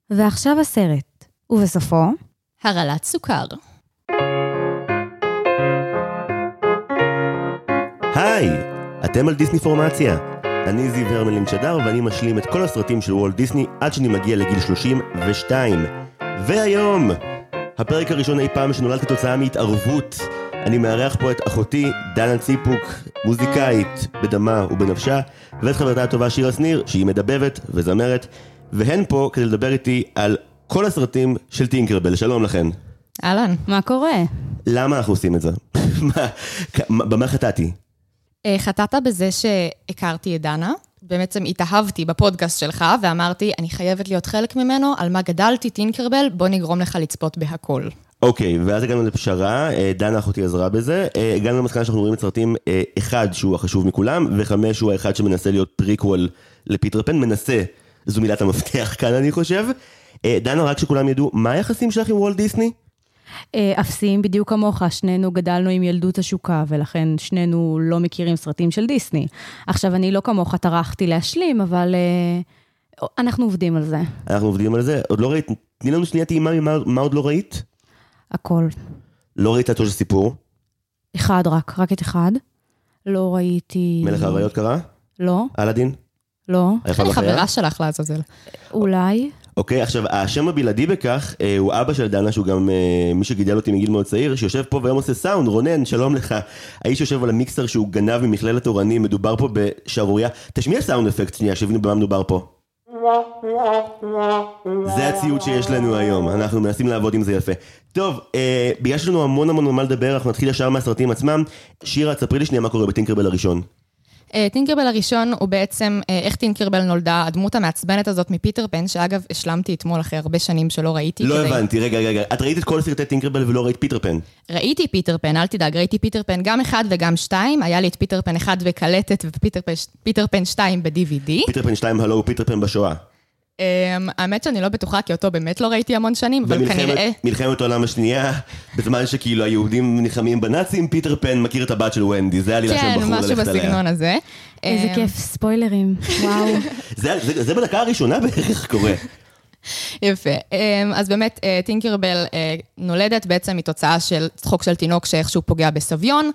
ועכשיו הסרט, ובסופו, הרעלת סוכר. היי, אתם על דיסני פורמציה. אני זיו הרמלין שדר ואני משלים את כל הסרטים של וולט דיסני עד שאני מגיע לגיל 32. והיום, הפרק הראשון אי פעם שנולד כתוצאה מהתערבות. אני מארח פה את אחותי דנה ציפוק, מוזיקאית בדמה ובנפשה, ואת חברתה הטובה שירה שניר, שהיא מדבבת וזמרת, והן פה כדי לדבר איתי על כל הסרטים של טינקרבל. שלום לכן. אהלן. מה קורה? למה אנחנו עושים את זה? במה חטאתי? חטאת בזה שהכרתי את דנה, בעצם התאהבתי בפודקאסט שלך, ואמרתי, אני חייבת להיות חלק ממנו, על מה גדלתי טינקרבל, בוא נגרום לך לצפות בהכל. אוקיי, ואז הגענו לפשרה, דנה אחותי עזרה בזה, הגענו למסקנה שאנחנו רואים את סרטים 1 שהוא החשוב מכולם, ו5 הוא האחד שמנסה להיות פריקוול לפיטר פן, מנסה, זו מילת המפתח כאן אני חושב. דנה, רק שכולם ידעו, מה היחסים שלך עם וולט דיסני? אפסיים בדיוק כמוך, שנינו גדלנו עם ילדות השוקה, ולכן שנינו לא מכירים סרטים של דיסני. עכשיו, אני לא כמוך טרחתי להשלים, אבל אנחנו עובדים על זה. אנחנו עובדים על זה, עוד לא ראית, תני לנו שנייה טעימה מה עוד לא ראית? הכל. לא ראית את אותו סיפור? אחד רק את אחד. לא ראיתי... מלך האריות קרה? לא. אלאדין? לא. אני חברה שלך לעזאזל. אולי. אוקיי, עכשיו, השם הבלעדי בכך, הוא אבא של דנה, שהוא גם מי שגידל אותי מגיל מאוד צעיר, שיושב פה והיום עושה סאונד. רונן, שלום לך. האיש יושב על המיקסר שהוא גנב ממכללת אורנים, מדובר פה בשערוריה. תשמיע סאונד אפקט שנייה, שבינו במה מדובר פה. זה הציוד שיש לנו היום, אנחנו מנסים לעבוד עם זה יפה. טוב, בגלל שיש לנו המון מה לדבר, אנחנו נתחיל ישר מהסרטים עצמם. שירה, תספרי לי שנייה מה קורה בטינקרבל הראשון. טינקרבל הראשון הוא בעצם איך טינקרבל נולדה, הדמות המעצבנת הזאת מפיטר פן, שאגב השלמתי אתמול אחרי הרבה שנים שלא ראיתי. לא הבנתי, רגע, את ראית את כל סרטי טינקרבל ולא ראית פיטר פן? ראיתי פיטר פן, אל תדאג, ראיתי פיטר פן גם 1 וגם 2, היה לי את פיטר פן 1 בקלטת ופיטר פן 2 ב-DVD. פיטר פן 2 הלו הוא פיטר פן בשואה. האמת שאני לא בטוחה, כי אותו באמת לא ראיתי המון שנים, אבל כנראה... מלחמת העולם השנייה, בזמן שכאילו היהודים נלחמים בנאצים, פיטר פן מכיר את הבת של ונדי, זה היה לי לשם בחור ללכת עליה. כן, משהו בסגנון הזה. איזה כיף, ספוילרים, וואו. זה בדקה הראשונה בערך קורה. יפה. אז באמת, טינקרבל נולדת בעצם מתוצאה של צחוק של תינוק שאיכשהו פוגע בסביון.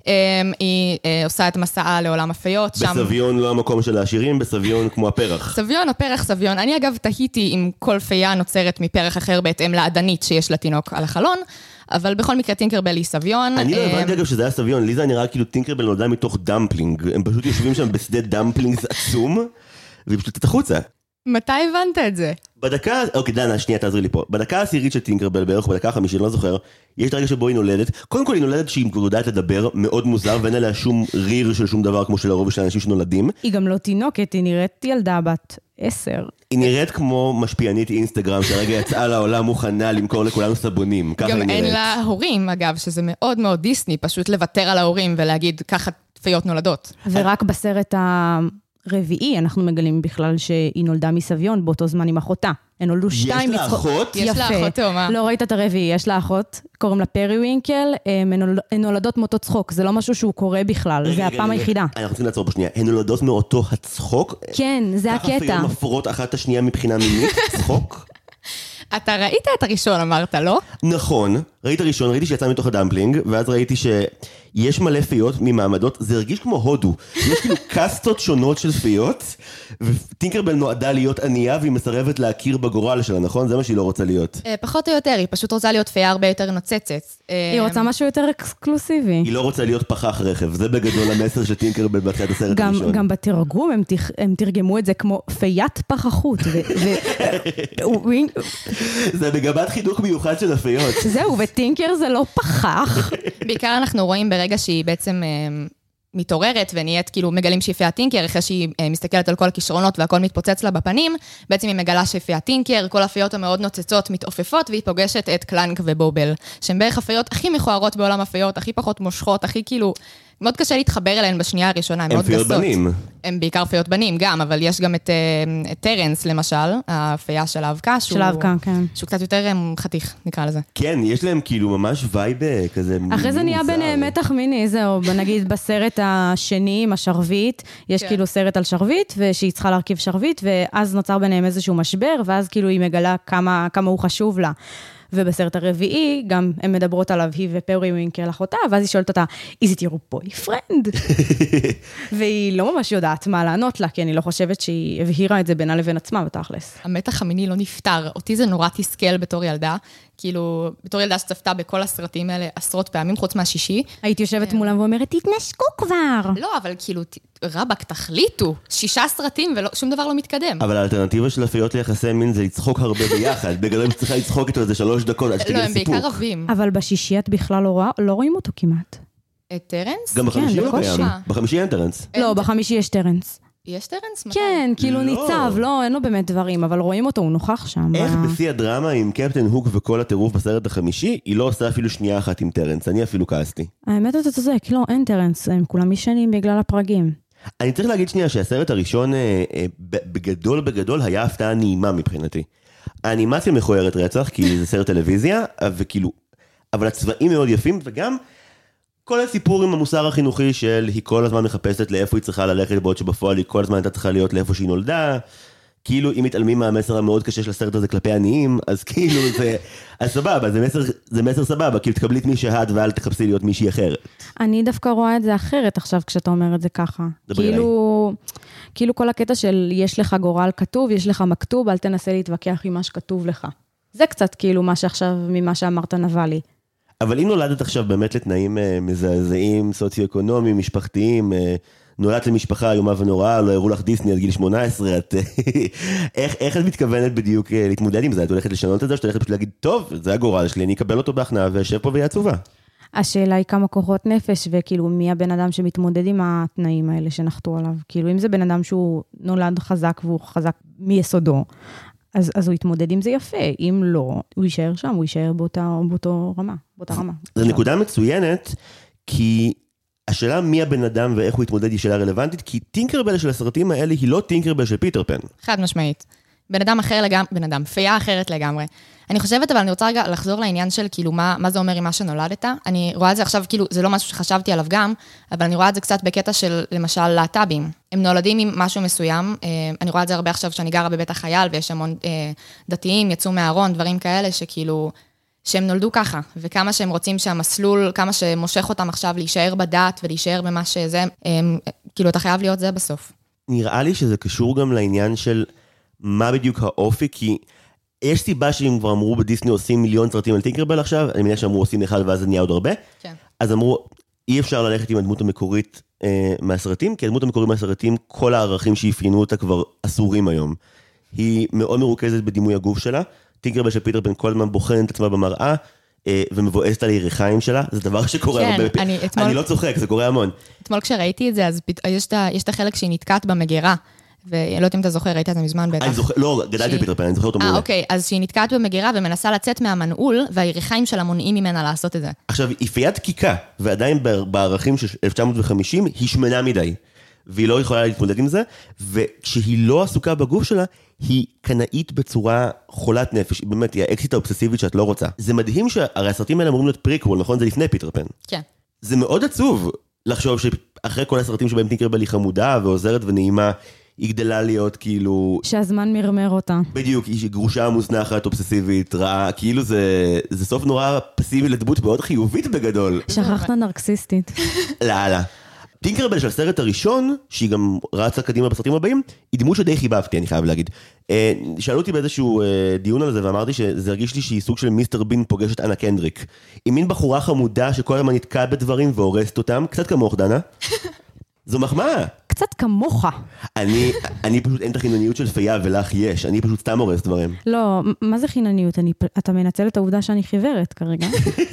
היא עושה את מסעה לעולם הפיות. בסביון לא המקום של העשירים, בסביון כמו הפרח. סביון, הפרח, סביון. אני אגב תהיתי אם כל פיה נוצרת מפרח אחר בהתאם לעדנית שיש לתינוק על החלון, אבל בכל מקרה טינקרבל היא סביון. אני לא הבנתי אגב שזה היה סביון, לי זה נראה כאילו טינקרבל נולדה מתוך דמפלינג. הם פשוט יושבים שם בשדה דמפלינג עצום, והיא פשוט תחוצה. מתי הבנת את זה? בדקה, אוקיי דנה, שנייה תעזרי לי פה. בדקה העשירית של טינקרבל בערך, בדקה ה5, אני לא זוכר, יש את הרגע שבו היא נולדת. קודם כל היא נולדת שהיא יודעת לדבר, מאוד מוזר, ואין עליה שום ריר של שום דבר, כמו שלרוב של האנשים שנולדים. היא גם לא תינוקת, היא נראית ילדה בת 10. היא נראית כמו משפיענית אינסטגרם, שהרגע יצאה לעולם מוכנה למכור לכולנו סבונים. גם אין לה הורים, אגב, שזה מאוד מאוד דיסני, פשוט לוותר על ההורים ולהגיד, ככה פיות נולדות. ורק בסרט רביעי, אנחנו מגלים בכלל שהיא נולדה מסביון באותו זמן עם אחותה. הן נולדו 2 יש לה אחות? יש לה אחות תאומה. לא ראית את הרביעי, יש לה אחות, קוראים לה פרי ווינקל, הן נולדות מאותו צחוק, זה לא משהו שהוא קורה בכלל, זה הפעם היחידה. אנחנו רוצים לעצור פה שנייה, הן נולדות מאותו הצחוק? כן, זה הקטע. ככה פיות מפרות אחת השנייה מבחינה מינית, צחוק? אתה ראית את הראשון, אמרת, לא? נכון, ראית הראשון, ראיתי שיצא מתוך הדמפלינג, ואז ראיתי שיש מלא פיות ממעמדות, זה הרגיש כמו הודו, יש כאילו קסטות שונות של פיות, וטינקרבל נועדה להיות ענייה, והיא מסרבת להכיר בגורל שלה, נכון? זה מה שהיא לא רוצה להיות. פחות או יותר, היא פשוט רוצה להיות פיה הרבה יותר נוצצת. היא רוצה משהו יותר אקסקלוסיבי. היא לא רוצה להיות פחח רכב, זה בגדול המסר של טינקרבל בתחילת הסרט הראשון. גם בתרגום הם תרגמו את זה כמו פיית פחחות, זה בגבת חינוך מיוחד של הפיות. זהו, וטינקר זה לא פחח. בעיקר אנחנו רואים ברגע שהיא בעצם מתעוררת ונהיית, כאילו מגלים שהיא פיית טינקר, אחרי שהיא מסתכלת על כל הכישרונות והכל מתפוצץ לה בפנים, בעצם היא מגלה שהיא פיית טינקר, כל הפיות המאוד נוצצות מתעופפות, והיא פוגשת את קלנק ובובל, שהן בערך הפיות הכי מכוערות בעולם הפיות, הכי פחות מושכות, הכי כאילו מאוד קשה להתחבר אליהן בשנייה הראשונה, הן מאוד גסות. הם פיות בנים. הם בעיקר פיות בנים גם, אבל יש גם את טרנס, למשל, הפייה של האבקה, של האבקה, כן. שהוא קצת יותר חתיך, נקרא לזה. כן, יש להם כאילו ממש וייב כזה אחרי זה נהיה ביניהם מתח מיני, זהו, נגיד בסרט השני עם השרביט, יש כאילו סרט על שרביט, ושהיא צריכה להרכיב שרביט, ואז נוצר ביניהם איזשהו משבר, ואז כאילו היא מגלה כמה הוא חשוב לה. ובסרט הרביעי, גם הן מדברות עליו, היא ופריווינקל אחותה, ואז היא שואלת אותה, is it your boyfriend? והיא לא ממש יודעת מה לענות לה, כי אני לא חושבת שהיא הבהירה את זה בינה לבין עצמה בתכלס. המתח המיני לא נפטר. אותי זה נורא תסכל בתור ילדה, כאילו, בתור ילדה שצפתה בכל הסרטים האלה עשרות פעמים, חוץ מהשישי. הייתי יושבת מולם ואומרת, תתנשקו כבר. לא, אבל כאילו, רבק, תחליטו, 6 סרטים ושום דבר לא מתקדם. אבל האלטרנטיבה של הפיות ליחסי מין זה לצחוק הרבה ביחד. בגלל הם צריכה לצחוק איתו איזה 3 דקות עד שתגיע סיפוק. לא, הם בעיקר רבים. אבל בשישי את בכלל לא רואים אותו כמעט. טרנס? גם בחמישי לא קיים. בחמישי אין טרנס. לא, בחמישי יש טרנס. יש טרנס? כן, כאילו ניצב, לא, אין לו באמת דברים, אבל רואים אותו, הוא נוכח שם. איך בשיא הדרמה עם קפטן הוק וכל הטירוף בסרט החמישי, היא לא עושה אפילו שנייה אחת עם טרנס, אני אפילו כעסתי. האמת אתה צודק, לא, אין טרנס, הם כולם ישנים בגלל הפרגים. אני צריך להגיד שנייה שהסרט הראשון בגדול היה הפתעה נעימה מבחינתי. האנימציה מכוערת רצח, כי זה סרט טלוויזיה, וכאילו, אבל הצבעים מאוד יפים, וגם כל הסיפור עם המוסר החינוכי של היא כל הזמן מחפשת לאיפה היא צריכה ללכת, בעוד שבפועל היא כל הזמן הייתה צריכה להיות לאיפה שהיא נולדה, כאילו אם מתעלמים מהמסר המאוד קשה של הסרט הזה כלפי עניים, אז כאילו זה, אז סבבה, זה מסר סבבה, כאילו תקבלי את מי שאת ואל תחפשי להיות מישהי אחרת. אני דווקא רואה את זה אחרת עכשיו כשאתה אומר את זה ככה. כאילו כל הקטע של יש לך גורל כתוב, יש לך מכתוב, אל תנסה להתווכח עם מה שכתוב לך. זה קצת כאילו מה שעכשיו, ממה שאמרת נבלי. אבל אם נולדת עכשיו באמת לתנאים מזעזעים, סוציו-אקונומיים, משפחתיים, נולדת למשפחה איומה ונוראה, לא הראו לך דיסני עד גיל 18, איך את מתכוונת בדיוק להתמודד עם זה? את הולכת לשנות את זה, או שאת הולכת פשוט להגיד, טוב, זה הגורל שלי, אני אקבל אותו בהכנעה, וישב פה ויהיה עצובה. השאלה היא כמה כוחות נפש, וכאילו מי הבן אדם שמתמודד עם התנאים האלה שנחתו עליו. כאילו אם זה בן אדם שהוא נולד חזק, והוא חזק מיסודו, אז הוא יתמודד עם זה יפה, אם לא, הוא יישאר שם, הוא יישאר באותה רמה. זו נקודה מצוינת, כי השאלה מי הבן אדם ואיך הוא יתמודד היא שאלה רלוונטית, כי טינקרבל של הסרטים האלה היא לא טינקרבל של פיטר פן. חד משמעית. בן אדם אחר לגמרי, פייה אחרת לגמרי. אני חושבת, אבל אני רוצה רגע לחזור לעניין של כאילו מה זה אומר עם מה שנולדת. אני רואה את זה עכשיו, כאילו, זה לא משהו שחשבתי עליו גם, אבל אני רואה את זה קצת בקטע של, למשל, להט"בים. הם נולדים עם משהו מסוים, אני רואה את זה הרבה עכשיו שאני גרה בבית החייל, ויש המון דתיים, יצאו מהארון, דברים כאלה שכאילו, שהם נולדו ככה, וכמה שהם רוצים שהמסלול, כמה שמושך אותם עכשיו להישאר בדת ולהישאר במה שזה, כאילו, אתה חייב להיות זה בסוף. נראה לי שזה קשור גם לעניין של מה בדיוק האופי, כי יש סיבה שהם כבר אמרו בדיסני עושים מיליון סרטים על טינקרבל עכשיו, אני מניח שאמרו עושים אחד ואז זה נהיה עוד הרבה, כן. אז אמרו, אי אפשר ללכת עם הדמות המקורית מהסרטים, כי הדמות המקורית מהסרטים, כל הערכים שהפיינו אותה כבר אסורים היום. היא מאוד מרוכזת בדימוי הגוף שלה, טינקרבל של פיטר פן כל הזמן בוחן את עצמה במראה, ומבואסת על הירחיים שלה, זה דבר שקורה הרבה פעמים. אני לא צוחק, זה קורה המון. אתמול כשראיתי את זה, אז יש את החלק שהיא נתקעת במגירה, ולא יודעת אם אתה זוכר, ראית את זה מזמן בטח. אני זוכר, לא, גדלתי פיטר פן, אני זוכר אותו מעולה. אוקיי, אז שהיא נתקעת במגירה ומנסה לצאת מהמנעול, והירחיים שלה מונעים ממנה לעשות את זה. עכשיו, היא פיית דקיקה, ועדיין בערכים של 1950, היא שמנה מדי, והיא לא יכולה להתמודד עם זה, וכשהיא לא עסוקה בגוף שלה, היא קנאית בצורה חולת נפש, באמת, היא האקסיט האובססיבית שאת לא רוצה. זה מדהים שהרי הסרטים האלה אמורים להיות פריקוול, נכון? זה לפני פיטר פן. כן. זה מאוד עצוב לחשוב שאחרי כל הסרטים שבהם טינקרבל היא חמודה ועוזרת ונעימה, היא גדלה להיות כאילו... שהזמן מרמר אותה. בדיוק, היא גרושה מוזנחת, אובססיבית, רעה, כאילו זה סוף נורא פסיבי לדמות מאוד חיובית בגדול. שכחת נרקסיסטית. לא. טינקרבל של הסרט הראשון, שהיא גם רצה קדימה בסרטים הבאים, היא דמות שדי חיבבתי, אני חייב להגיד. שאלו אותי באיזשהו דיון על זה, ואמרתי שזה הרגיש לי שהיא סוג של מיסטר בין פוגשת אנה קנדריק. היא מין בחורה חמודה שכל הזמן נתקעת בדברים והורסת אותם, קצת כמוך, דנה. זו מחמאה. קצת כמוך. אני פשוט אין את החינניות של פייה ולך יש, אני פשוט סתם הורס דברים. לא, מה זה חינניות? אתה מנצל את העובדה שאני חיוורת כרגע.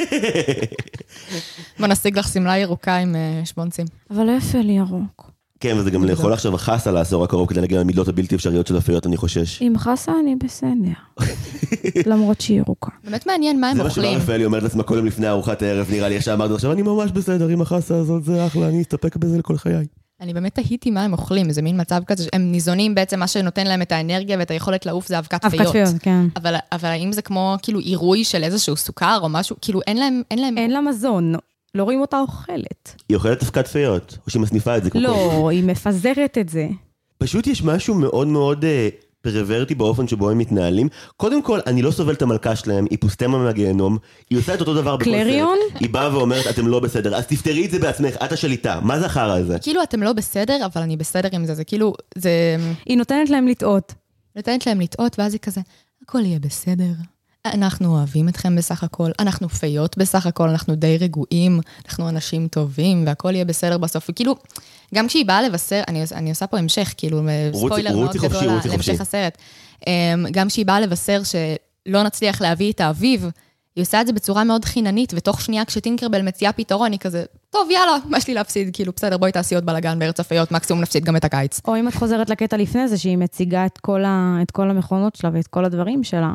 בוא נשיג לך סמלה ירוקה עם שבונצים. אבל לא יפה לי ירוק. כן, וזה גם לאכול עכשיו חסה לעשור הקרוב, כדי להגיע למידות הבלתי אפשריות של הפיות, אני חושש. עם חסה אני בסדר. למרות שהיא ירוקה. באמת מעניין מה הם אוכלים. זה מה שרפאלי אומרת לעצמה קודם לפני ארוחת הערב, נראה לי שאמרת עכשיו, אני ממש בסדר עם החסה הזאת, זה אחלה, אני אסתפק בזה לכל חיי. אני באמת תהיתי מה הם אוכלים, זה מין מצב כזה, הם ניזונים בעצם, מה שנותן להם את האנרגיה ואת היכולת לעוף זה אבקת פיות. אבקת פיות, כן. אבל האם זה כמו כאילו עירוי של איזשהו סוכר או משהו, כאילו אין להם... אין לה מזון, לא רואים אותה אוכלת. היא אוכלת אבקת פיות, או שהיא מסניפה את זה. לא, היא מפזרת את זה. פשוט יש משהו מאוד מאוד פרוורטי באופן שבו הם מתנהלים. קודם כל, אני לא סובל את המלכה שלהם, היא פוסטמה מהגיהנום, היא עושה את אותו דבר בכל קלריון? סרט. היא באה ואומרת, אתם לא בסדר, אז תפתרי את זה בעצמך, את השליטה. מה זה החרא הזה? כאילו אתם לא בסדר, אבל אני בסדר עם זה, זה כאילו, זה... היא נותנת להם לטעות. נותנת להם לטעות, ואז היא כזה, הכל יהיה בסדר. אנחנו אוהבים אתכם בסך הכל, אנחנו פיות בסך הכל, אנחנו די רגועים, אנחנו אנשים טובים, והכל יהיה בסדר בסוף. וכאילו, גם כשהיא באה לבשר, אני עושה פה המשך, כאילו, ספוילר מאוד גדול להמשך הסרט. גם כשהיא באה לבשר שלא נצליח להביא את האביב, היא עושה את זה בצורה מאוד חיננית, ותוך שנייה כשטינקרבל מציעה פתרון, היא כזה, טוב, יאללה, מה יש לי להפסיד? כאילו, בסדר, בואי תעשי עוד בלגן בארץ הפיות, מקסימום נפסיד גם את הקיץ. או אם את חוזרת לקטע לפני זה, שהיא מציגה את כל המכונות שלה ואת כל הדברים שלה,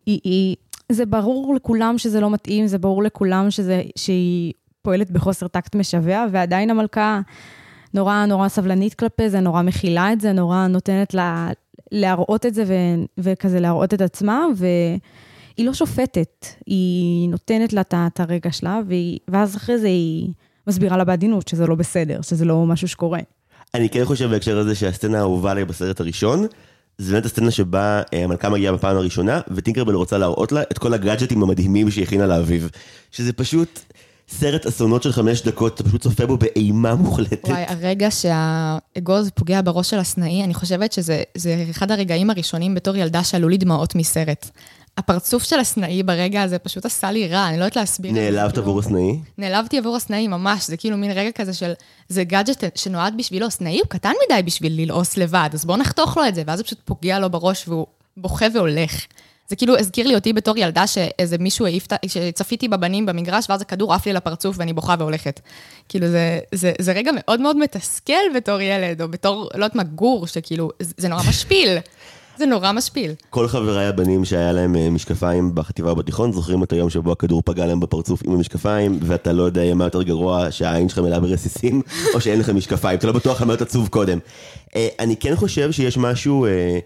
זה ברור לכולם שזה לא מתאים, זה ברור לכולם שהיא פועלת בחוסר טקט משווה, ועדיין המלכה נורא נורא סבלנית כלפי זה, נורא מכילה את זה, נורא נותנת לה להראות את זה וכזה להראות את עצמה, והיא לא שופטת, היא נותנת לה את הרגע שלה, ואז אחרי זה היא מסבירה לה בעדינות שזה לא בסדר, שזה לא משהו שקורה. אני כן חושב בהקשר הזה שהסצנה האהובה עליי בסרט הראשון, זה באמת הסצנה שבה המלכה מגיעה בפעם הראשונה, וטינקרבל רוצה להראות לה את כל הגאדג'טים המדהימים שהיא הכינה לאביב. שזה פשוט סרט אסונות של 5 דקות, אתה פשוט צופה בו באימה מוחלטת. וואי, הרגע שהאגוז פוגע בראש של הסנאי, אני חושבת שזה אחד הרגעים הראשונים בתור ילדה שעלו לי דמעות מסרט. הפרצוף של הסנאי ברגע הזה פשוט עשה לי רע, אני לא יודעת להסביר. נעלבת עבור הסנאי? נעלבתי עבור הסנאי ממש, זה כאילו מין רגע כזה של, זה גאדג'ט שנועד בשבילו, סנאי הוא קטן מדי בשביל ללעוס לבד, אז בואו נחתוך לו את זה, ואז הוא פשוט פוגע לו בראש והוא בוכה והולך. זה כאילו הזכיר לי אותי בתור ילדה שאיזה מישהו העיף, שצפיתי בבנים במגרש, ואז הכדור עף לי לפרצוף ואני בוכה והולכת. כאילו זה רגע מאוד מאוד מתסכל בתור ילד, או בתור, לא יודעת מה, גור, שכאילו, זה נורא משפיל. זה נורא משפיל. כל חבריי הבנים שהיה להם משקפיים בחטיבה ובתיכון, זוכרים את היום שבו הכדור פגע להם בפרצוף עם המשקפיים, ואתה לא יודע מה יותר גרוע שהעין שלך מלאה ברסיסים, או שאין לך משקפיים, אתה לא בטוח מה יותר עצוב קודם. אני כן חושב שיש משהו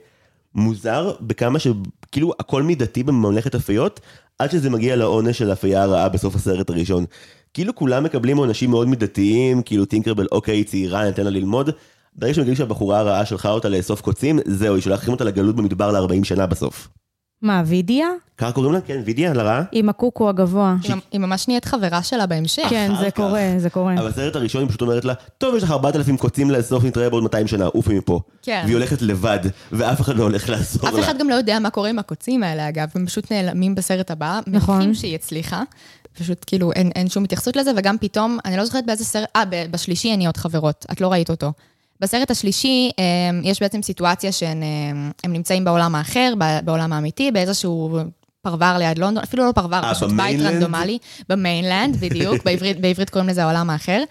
מוזר, בכמה שכאילו הכל מידתי בממלכת הפיות, עד שזה מגיע לעונש של הפייה הרעה בסוף הסרט הראשון. כאילו כולם מקבלים עונשים מאוד מידתיים, כאילו טינקרבל, אוקיי, צעירה, נתן לה ללמוד, ברגע שמגיעים שהבחורה הרעה שלחה אותה לאסוף קוצים, זהו, היא שולחים אותה לגלות במדבר ל-40 שנה בסוף. מה, וידיה? ככה קוראים לה? כן, וידיה, לרעה? עם הקוקו הגבוה. היא ממש נהיית חברה שלה בהמשך. כן, זה קורה, זה קורה. אבל בסרט הראשון היא פשוט אומרת לה, טוב, יש לך 4,000 קוצים לאסוף, נתראה בעוד 200 שנה, אופי מפה. כן. והיא הולכת לבד, ואף אחד לא הולך לעזור לה. אף אחד גם לא יודע מה קורה עם הקוצים האלה, אגב, הם פשוט נעלמים בסרט הבא, נכון. מניחים שהיא הצליחה, פשוט כאילו אין שום התייחסות לזה, וגם פתאום, אני לא זוכרת באיזה סרט, בשלישי אני עוד חברות, את לא ראית אותו. בסרט השלישי, יש בעצם סיטואציה שהם נמצאים בעולם האחר, בעולם האמיתי, באיזשהו פרבר ליד לונדון, אפילו לא פרבר, פשוט בית רנדומלי, במיינלנד, בדיוק, בעברית קוראים לזה העולם האחר.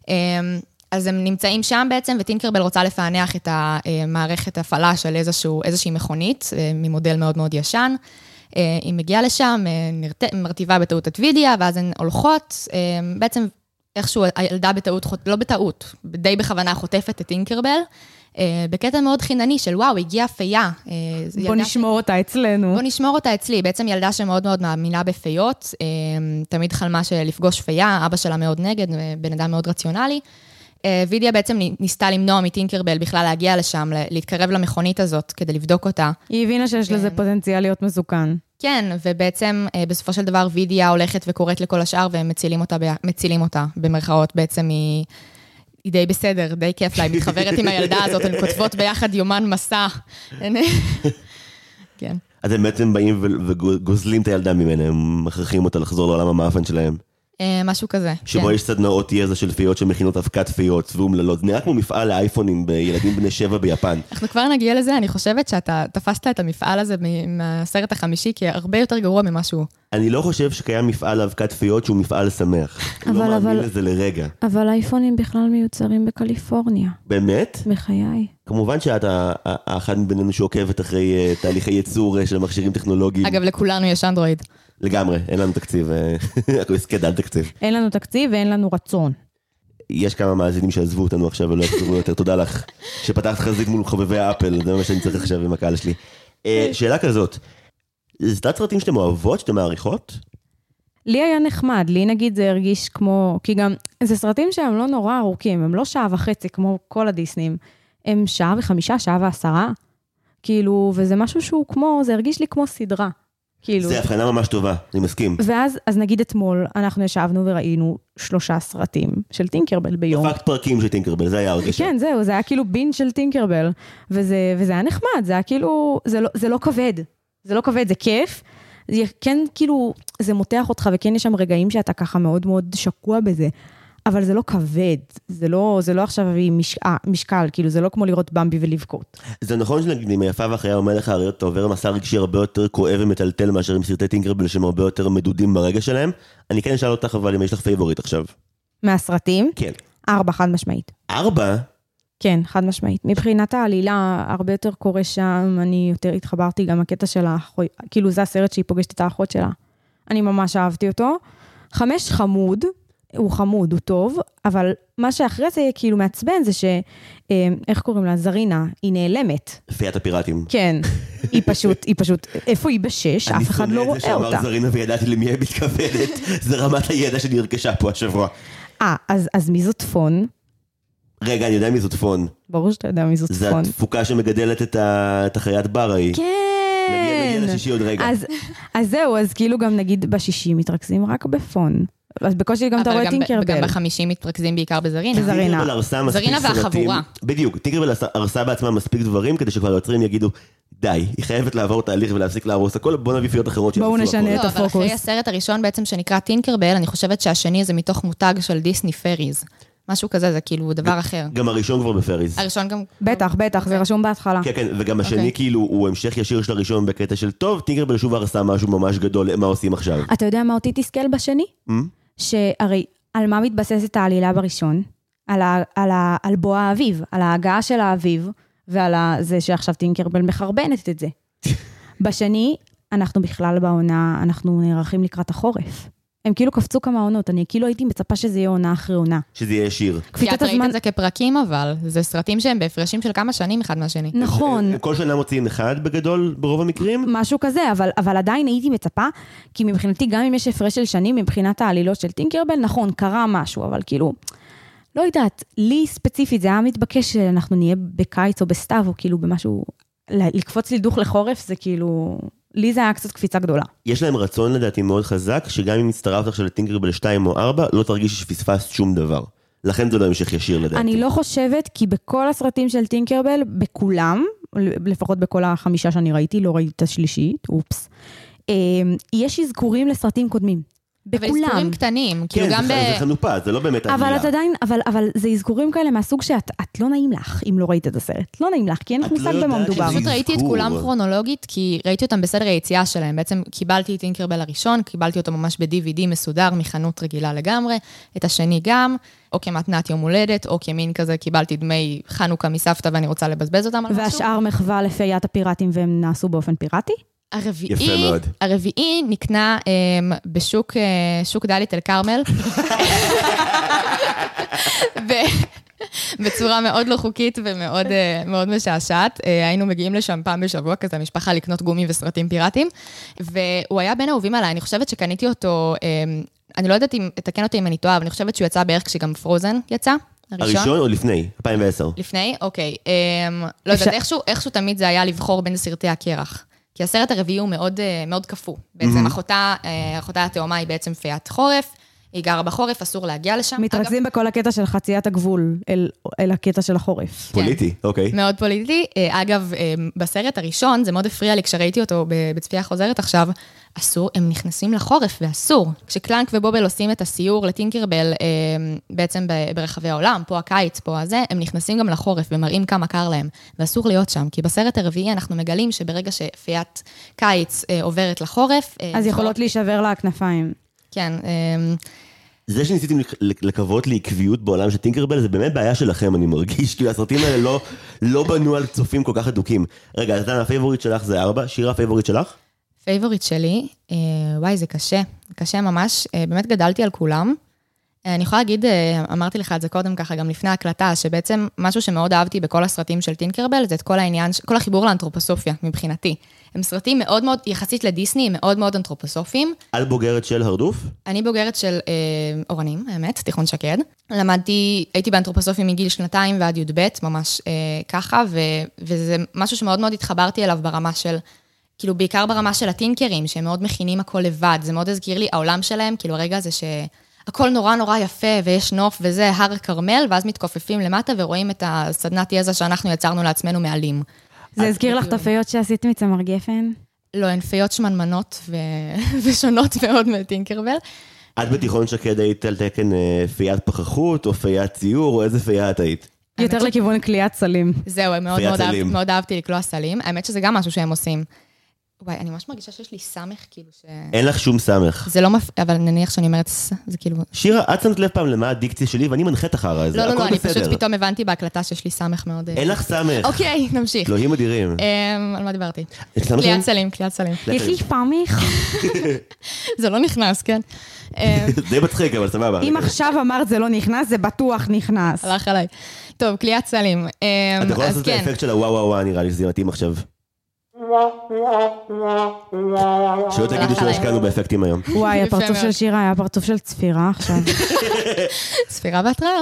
אז הם נמצאים שם בעצם, וטינקרבל רוצה לפענח את המערכת הפעלה של איזושהי מכונית, ממודל מאוד מאוד ישן. היא מגיעה לשם, מרטיבה בטעות את וידיה, ואז הן הולכות, בעצם איכשהו הילדה בטעות, לא בטעות, די בכוונה חוטפת את טינקרבל, בקטע מאוד חינני של וואו, הגיעה פייה. בוא נשמור אותה אצלנו. בוא נשמור אותה אצלי, בעצם ילדה שמאוד מאוד מאמינה בפיות, תמיד חלמה לפגוש פייה, אבא שלה מאוד נגד, בן אדם מאוד רציונלי. וידיה בעצם ניסתה למנוע מטינקרבל בכלל להגיע לשם, להתקרב למכונית הזאת כדי לבדוק אותה. היא הבינה שיש לזה פוטנציאל להיות מסוכן. כן, ובעצם בסופו של דבר וידיה הולכת וקוראת לכל השאר, והם מצילים אותה במרכאות. בעצם היא די בסדר, די כיף לה, היא מתחברת עם הילדה הזאת, הן כותבות ביחד יומן מסע. כן. אז הם בעצם באים וגוזלים את הילדה ממנה, הם מכרחים אותה לחזור לעולם המאפן שלהם. משהו כזה. שבו יש סדנאות יזע של פיות שמכינות אבקת פיות ואומללות. זה נראה כמו מפעל לאייפונים בילדים בני 7 ביפן. אנחנו כבר נגיע לזה, אני חושבת שאתה תפסת את המפעל הזה מהסרט החמישי, כי הרבה יותר גרוע ממשהו. אני לא חושב שקיים מפעל לאבקת פיות שהוא מפעל שמח. אני לא מאמין לזה לרגע. אבל האייפונים בכלל מיוצרים בקליפורניה. באמת? בחיי. כמובן שאת האחד מבינינו שעוקבת אחרי תהליכי ייצור של מכשירים טכנולוגיים. אגב, לכולנו יש אנדרואיד. לגמרי, אין לנו תקציב, אנחנו הסקד על תקציב. אין לנו תקציב ואין לנו רצון. יש כמה מאזינים שעזבו אותנו עכשיו ולא יחזרו יותר, תודה לך, שפתחת חזית מול חובבי האפל, זה מה שאני צריך עכשיו עם הקהל שלי. שאלה כזאת, זה סדרת סרטים שאתם אוהבות, שאתם מעריכות? לי היה נחמד, לי נגיד זה הרגיש כמו, כי גם, זה סרטים שהם לא נורא ארוכים, הם לא 1.5 שעה כמו כל הדיסנים, הם 1.05 שעה, 1.10 שעה, כאילו, וזה משהו שהוא כמו, זה הרגיש לי כמו סדרה. כאילו. זה הבחנה ממש טובה, אני מסכים. ואז, אז נגיד אתמול, אנחנו ישבנו וראינו 3 סרטים של טינקרבל ביום. דפקת פרקים של טינקרבל, זה היה הרגשה. כן, זהו, זה היה כאילו בין של טינקרבל, וזה היה נחמד, זה היה כאילו, זה לא כבד, זה לא כבד, זה כיף, זה כן כאילו, זה מותח אותך, וכן יש שם רגעים שאתה ככה מאוד מאוד שקוע בזה, אבל זה לא כבד, זה לא עכשיו משקל, כאילו זה לא כמו לראות במבי ולבכות. זה נכון שנגיד, עם היפה והחיה אומר לך, הרי אתה עובר מסע רגשי הרבה יותר כואב ומטלטל מאשר עם סרטי טינקרבל שהם הרבה יותר מדודים ברגע שלהם. אני כן אשאל אותך, אבל אם יש לך פייבורית עכשיו. מהסרטים? כן. 4, חד משמעית. 4? כן, חד משמעית. מבחינת העלילה, הרבה יותר קורה שם, אני יותר התחברתי גם הקטע של האחות, כאילו זה הסרט שהיא פוגשת את האחות שלה. אני ממש אהבתי אותו. 5 חמוד, הוא חמוד, הוא טוב, אבל מה שאחרי זה כאילו מעצבן זה איך קוראים לה? זרינה, היא נעלמת. פיית הפיראטים. כן, היא פשוט, איפה היא ב6? אף אחד לא רואה אותה. אני שונא את זה שאמר זרינה וידעתי למי היא מתכוונת, זה רמת הידע שנרכשה פה השבוע. אז מי זאת פון? רגע, אני יודע מי זאת פון. ברור שאתה יודע מי זאת פון. זה התפוקה שמגדלת את החיית בר ההיא. כן. נגיע לשישי עוד רגע. אז זהו, אז כאילו גם נגיד בשישי מתרכזים רק בפון. אז בקושי גם אתה רואה טינקרבל. וגם ב50 מתרכזים בעיקר בזרינה. זרינה והחבורה. בדיוק, טינקרבל הרסה בעצמה מספיק דברים, כדי שכבר היוצרים יגידו, די, היא חייבת לעבור תהליך ולהפסיק להרוס הכל, בוא נביא פיות אחרות. בואו נשנה את הפוקוס. אבל אחרי הסרט הראשון בעצם שנקרא טינקרבל, אני חושבת שהשני זה מתוך מותג של דיסני פריז. משהו כזה, זה כאילו דבר אחר. גם הראשון כבר בפריז. הראשון גם... בטח, זה רשום בהתחלה. כן, כן, וגם השני כאילו הוא המשך ישיר של הראשון בקטע של טוב, טינקרבל שוב הרסה משהו ממש גדול, מה עושים עכשיו? אתה יודע מה אותי תסכל בשני? שהרי על מה מתבססת העלילה בראשון? על בוא האביב, על ההגעה של האביב, ועל זה שעכשיו טינקרבל מחרבנת את זה. בשני, אנחנו בכלל בעונה, אנחנו נערכים לקראת החורף. הם כאילו קפצו כמה עונות, אני כאילו הייתי מצפה שזה יהיה עונה אחרי עונה. שזה יהיה שיר. כי את ראית את זה כפרקים אבל, זה סרטים שהם בהפרשים של כמה שנים אחד מהשני. נכון. כל שנה מוציאים אחד בגדול ברוב המקרים? משהו כזה, אבל עדיין הייתי מצפה, כי מבחינתי גם אם יש הפרש של שנים, מבחינת העלילות של טינקרבל, נכון, קרה משהו, אבל כאילו, לא יודעת, לי ספציפית זה היה מתבקש שאנחנו נהיה בקיץ או בסתיו, או כאילו במשהו, לקפוץ לדוך לחורף, זה כאילו... לי זה היה קצת קפיצה גדולה. יש להם רצון לדעתי מאוד חזק, שגם אם הצטרפת עכשיו לטינקרבל 2 או 4, לא תרגיש שפספסת שום דבר. לכן זה לא המשך ישיר לדעתי. אני לא חושבת, כי בכל הסרטים של טינקרבל, בכולם, לפחות בכל 5 שאני ראיתי, לא ראיתי את השלישית, אופס, יש אזכורים לסרטים קודמים. בכולם. אבל אזכורים קטנים, כאילו גם זה חנופה, זה לא באמת אבל את עדיין, אבל זה אזכורים כאלה מהסוג שאת לא נעים לך, אם לא ראית את הסרט. לא נעים לך, כי אין לך מושג במה מדובר. פשוט ראיתי את כולם כרונולוגית, כי ראיתי אותם בסדר היציאה שלהם. בעצם קיבלתי את טינקרבל הראשון, קיבלתי אותו ממש ב-DVD מסודר, מחנות רגילה לגמרי, את השני גם, או כמתנת יום הולדת, או כמין כזה, קיבלתי דמי חנוכה מסבתא ואני רוצה לבזבז אותם על משהו. והשאר מחווה לפיית הפיראטים והם נעשו באופן פיראטי? הרביעי נקנה בשוק דלית אל כרמל, בצורה מאוד לא חוקית ומאוד משעשעת. היינו מגיעים לשם פעם בשבוע כזה, משפחה לקנות גומי וסרטים פיראטיים, והוא היה בין האהובים עליי. אני חושבת שקניתי אותו, אני לא יודעת אם תקן אותי אם אני טועה, אבל אני חושבת שהוא יצא בערך כשגם פרוזן יצא. הראשון או לפני? 2010. לפני? אוקיי. לא יודעת, איכשהו תמיד זה היה לבחור בין סרטי הקרח. כי הסרט הרביעי הוא מאוד, מאוד קפוא. בעצם אחותה התאומה היא בעצם פיית חורף, היא גרה בחורף, אסור להגיע לשם. מתרכזים בכל הקטע של חציית הגבול אל הקטע של החורף. פוליטי, אוקיי. מאוד פוליטי. אגב, בסרט הראשון, זה מאוד הפריע לי כשראיתי אותו בצפייה חוזרת עכשיו, אסור, הם נכנסים לחורף ואסור. כשקלנק ובובל עושים את הסיור לטינקרבל, בעצם ברחבי העולם, פה הקיץ, פה הזה, הם נכנסים גם לחורף ומראים כמה קר להם, ואסור להיות שם, כי בסרט הרביעי אנחנו מגלים שברגע שפיית קיץ עוברת לחורף... אז יכולות להישבר לה הכנפיים. כן. זה שניסיתם לקוות לעקביות בעולם של טינקרבל, זה באמת בעיה שלכם, אני מרגיש, כי הסרטים האלה לא בנו על צופים כל כך אדוקים. רגע, אז הפייבוריט שלך זה 4, שירה הפייבוריט שלך? פייבוריט שלי, וואי, זה קשה, קשה ממש, באמת גדלתי על כולם. אני יכולה להגיד, אמרתי לך את זה קודם ככה, גם לפני ההקלטה, שבעצם משהו שמאוד אהבתי בכל הסרטים של טינקרבל, זה את כל העניין, כל החיבור לאנתרופוסופיה, מבחינתי. הם סרטים מאוד מאוד, יחסית לדיסני, הם מאוד מאוד אנתרופוסופיים. על בוגרת של הרדוף? אני בוגרת של אורנים, האמת, תיכון שקד. למדתי, הייתי באנתרופוסופיה מגיל 2 ועד י"ב, ממש ככה, וזה משהו שמאוד מאוד התחברתי אליו ברמה של, כאילו בעיקר ברמה של הטינקרים, שהם מאוד מכינים הכל לבד, זה מאוד הזכיר לי, העולם שלהם, כאילו הרגע הזה שהכל נורא נורא יפה, ויש נוף וזה הר כרמל, ואז מתכופפים למטה ורואים את הסדנת יזע שאנחנו יצרנו לעצמנו מעלים. זה הזכיר לך את הפיות שעשית מצמר גפן? לא, הן פיות שמנמנות ושונות מאוד מטינקרבל. את בתיכון שקד היית על תקן פיית פחחות, או פיית ציור, או איזה פייה את היית? יותר לכיוון קליעת סלים. זהו, מאוד אהבתי לקלוע סלים. האמת שזה גם משהו שהם עושים. וואי, אני ממש מרגישה שיש לי סמך, כאילו ש... אין לך שום סמך. זה לא אבל נניח שאני אומרת, זה כאילו... שירה, את שמת לב פעם למה הדיקציה שלי, ואני מנחה את החרא הזה, הכל בסדר. לא, אני פשוט פתאום הבנתי בהקלטה שיש לי סמך מאוד... אין לך סמך. אוקיי, נמשיך. אלוהים אדירים. על מה דיברתי? קליעת סלים. יש לי סמך. זה לא נכנס, כן? די מצחיק, אבל סבבה. אם עכשיו אמרת זה לא נכנס, זה בטוח נכנס. הלך עליי. טוב, קליעת סלים. אתה יכול לעשות את האפקט של הוואו וואו וואו, נראה לי שזה מתאים עכשיו. שלא תגידו שלא השקענו באפקטים היום. וואי, הפרצוף של שירה היה פרצוף של צפירה עכשיו. צפירה בהתראה.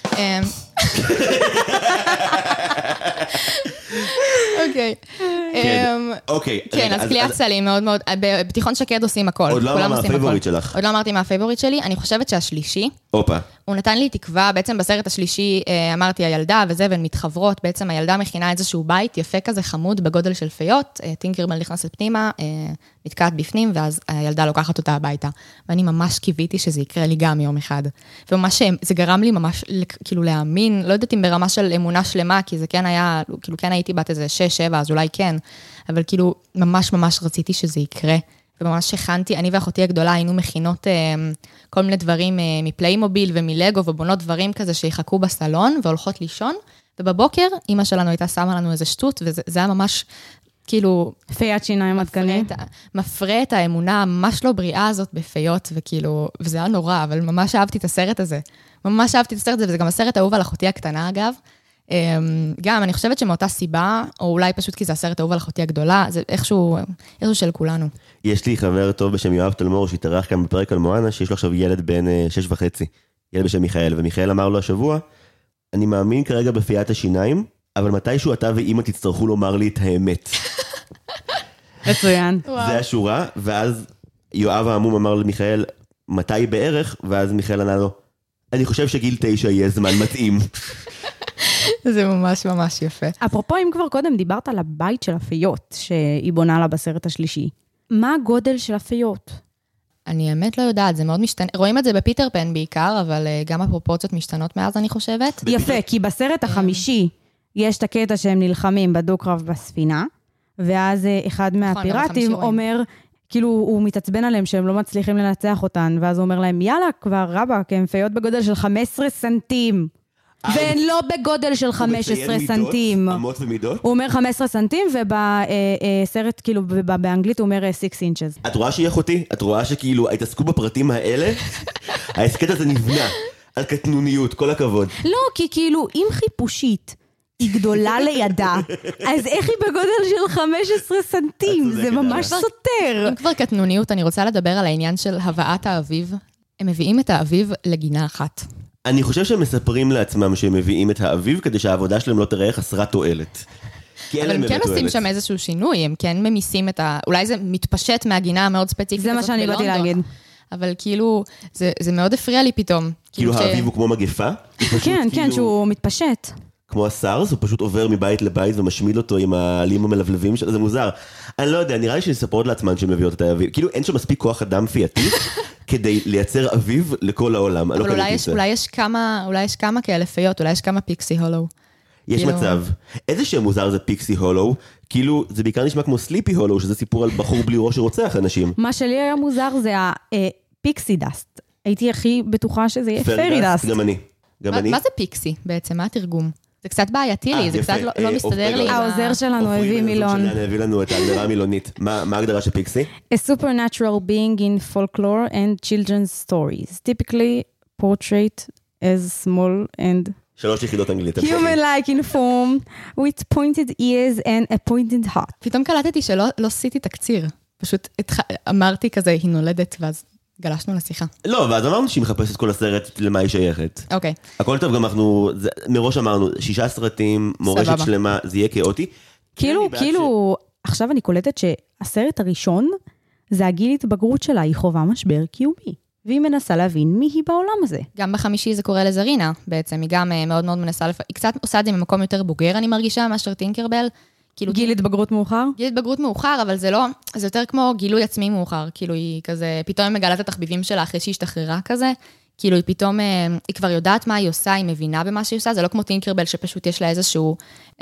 אוקיי. כן, אז קליעת סלים מאוד מאוד, בתיכון שקד עושים הכל. עוד לא אמרת מה הפייבוריט שלך. עוד לא אמרתי מה הפייבוריט שלי, אני חושבת שהשלישי, הוא נתן לי תקווה, בעצם בסרט השלישי אמרתי הילדה וזה, והן מתחברות, בעצם הילדה מכינה איזשהו בית יפה כזה חמוד בגודל של פיות, טינקרבל נכנסת פנימה, נתקעת בפנים, ואז הילדה לוקחת אותה הביתה. ואני ממש קיוויתי שזה יקרה לי גם יום אחד. וממש זה גרם לי ממש כאילו להאמין, לא יודעת אם ברמה של אמונה שלמה, כי זה כן היה, כאילו כן הייתי בת איזה 6-7, אז אולי כן, אבל כאילו ממש ממש רציתי שזה יקרה. וממש הכנתי, אני ואחותי הגדולה היינו מכינות כל מיני דברים מפליימוביל ומלגו, ובונות דברים כזה שיחכו בסלון, והולכות לישון, ובבוקר אמא שלנו הייתה שמה לנו איזה שטות, וזה היה ממש כאילו... פיית שיניים עדכנית. מפרה את האמונה הממש לא בריאה הזאת בפיות, וכאילו, וזה היה נורא, אבל ממש אהבתי את הסרט הזה. ממש אהבתי את הסרט הזה, וזה גם הסרט האהוב על אחותי הקטנה אגב. גם, אני חושבת שמאותה סיבה, או אולי פשוט כי זה הסרט האהוב על אחותי הגדולה, זה איכשהו של כולנו. יש לי חבר טוב בשם יואב תלמור, שהתארח כאן בפרק על מואנה, שיש לו עכשיו ילד בן 6.5, ילד בשם מיכאל, ומיכאל אמר לו השבוע, אני מאמין כרגע בפיית השיניים, אבל מתישהו אתה ואמא תצטרכו לומר לי את האמת. מצוין. זה השורה, ואז יואב העמום אמר למיכאל, מתי בערך? ואז מיכאל ענה לו, אני חושב שגיל 9 יהיה זמן מתאים. זה ממש ממש יפה. אפרופו, אם כבר קודם דיברת על הבית של הפיות, שהיא בונה לה בסרט השלישי. מה הגודל של הפיות? אני האמת לא יודעת, זה מאוד משתנה. רואים את זה בפיטר פן בעיקר, אבל גם הפרופורציות משתנות מאז, אני חושבת. יפה, כי בסרט החמישי יש את הקטע שהם נלחמים בדו-קרב בספינה, ואז אחד מהפיראטים אומר, כאילו הוא מתעצבן עליהם שהם לא מצליחים לנצח אותן, ואז הוא אומר להם, יאללה, כבר רבא, כי הם פיות בגודל של 15 סנטים. והן לא בגודל של 15 סנטים. אמות ומידות? הוא אומר 15 סנטים, ובסרט, כאילו, באנגלית הוא אומר 6 inches. את רואה שהיא אחותי? את רואה שכאילו, התעסקו בפרטים האלה? ההסקט הזה נבנה על קטנוניות, כל הכבוד. לא, כי כאילו, אם חיפושית היא גדולה לידה, אז איך היא בגודל של 15 סנטים? זה ממש סותר. אם כבר קטנוניות, אני רוצה לדבר על העניין של הבאת האביב. הם מביאים את האביב לגינה אחת. אני חושב שהם מספרים לעצמם שהם מביאים את האביב, כדי שהעבודה שלהם לא תראה חסרת תועלת. אבל הם כן עושים שם איזשהו שינוי, הם כן ממיסים את אולי זה מתפשט מהגינה המאוד ספציפית. זה מה שאני באתי להגיד. אבל כאילו, זה מאוד הפריע לי פתאום. כאילו האביב הוא כמו מגפה? כן, כן, שהוא מתפשט. כמו הסארס, הוא פשוט עובר מבית לבית ומשמיד אותו עם העלים המלבלבים שלו, זה מוזר. אני לא יודע, נראה לי שנספרות לעצמן שהן מביאות את האביב. כאילו אין שם מספיק כוח אדם פייתי כדי לייצר אביב לכל העולם. אבל אולי יש כמה כאלה פיות, אולי יש כמה פיקסי הולו. יש מצב. איזה שם מוזר זה פיקסי הולו, כאילו זה בעיקר נשמע כמו סליפי הולו, שזה סיפור על בחור בלי ראש שרוצח אנשים. מה שלי היה מוזר זה הפיקסי דאסט. הייתי הכי בטוחה שזה יהיה פרי דאסט. גם אני. מה זה פיקסי בעצם? מה התרגום? זה קצת בעייתי לי, זה קצת לא מסתדר לי. העוזר שלנו הביא מילון. הביא לנו את ההגדרה המילונית. מה ההגדרה של פיקסי? A supernatural being in folklore and children's stories. Typically portrayed as small and 3 יחידות אנגלית. human-like in form, with pointed ears and a pointed heart. פתאום קלטתי שלא עשיתי תקציר. פשוט אמרתי כזה, היא נולדת, ואז גלשנו לשיחה. לא, ואז אמרנו שהיא מחפשת כל הסרט למה היא שייכת. אוקיי. הכל טוב, גם אנחנו, מראש אמרנו, 6 סרטים, מורשת שלמה, זה יהיה כאוטי. כאילו, עכשיו אני קולטת שהסרט הראשון, זה הגיל התבגרות שלה, היא חובה משבר קיומי. והיא מנסה להבין מי היא בעולם הזה. גם בחמישי זה קורה לזרינה, בעצם. היא גם מאוד מאוד מנסה, היא קצת עושה את זה ממקום יותר בוגר, אני מרגישה, מאשר טינקרבל. גיל התבגרות מאוחר? גיל התבגרות מאוחר, אבל זה לא, זה יותר כמו גילוי עצמי מאוחר. כאילו היא כזה, פתאום היא מגלה את התחביבים שלה אחרי שהיא השתחררה כזה. כאילו היא פתאום, היא כבר יודעת מה היא עושה, היא מבינה במה שהיא עושה, זה לא כמו טינקרבל שפשוט יש לה איזשהו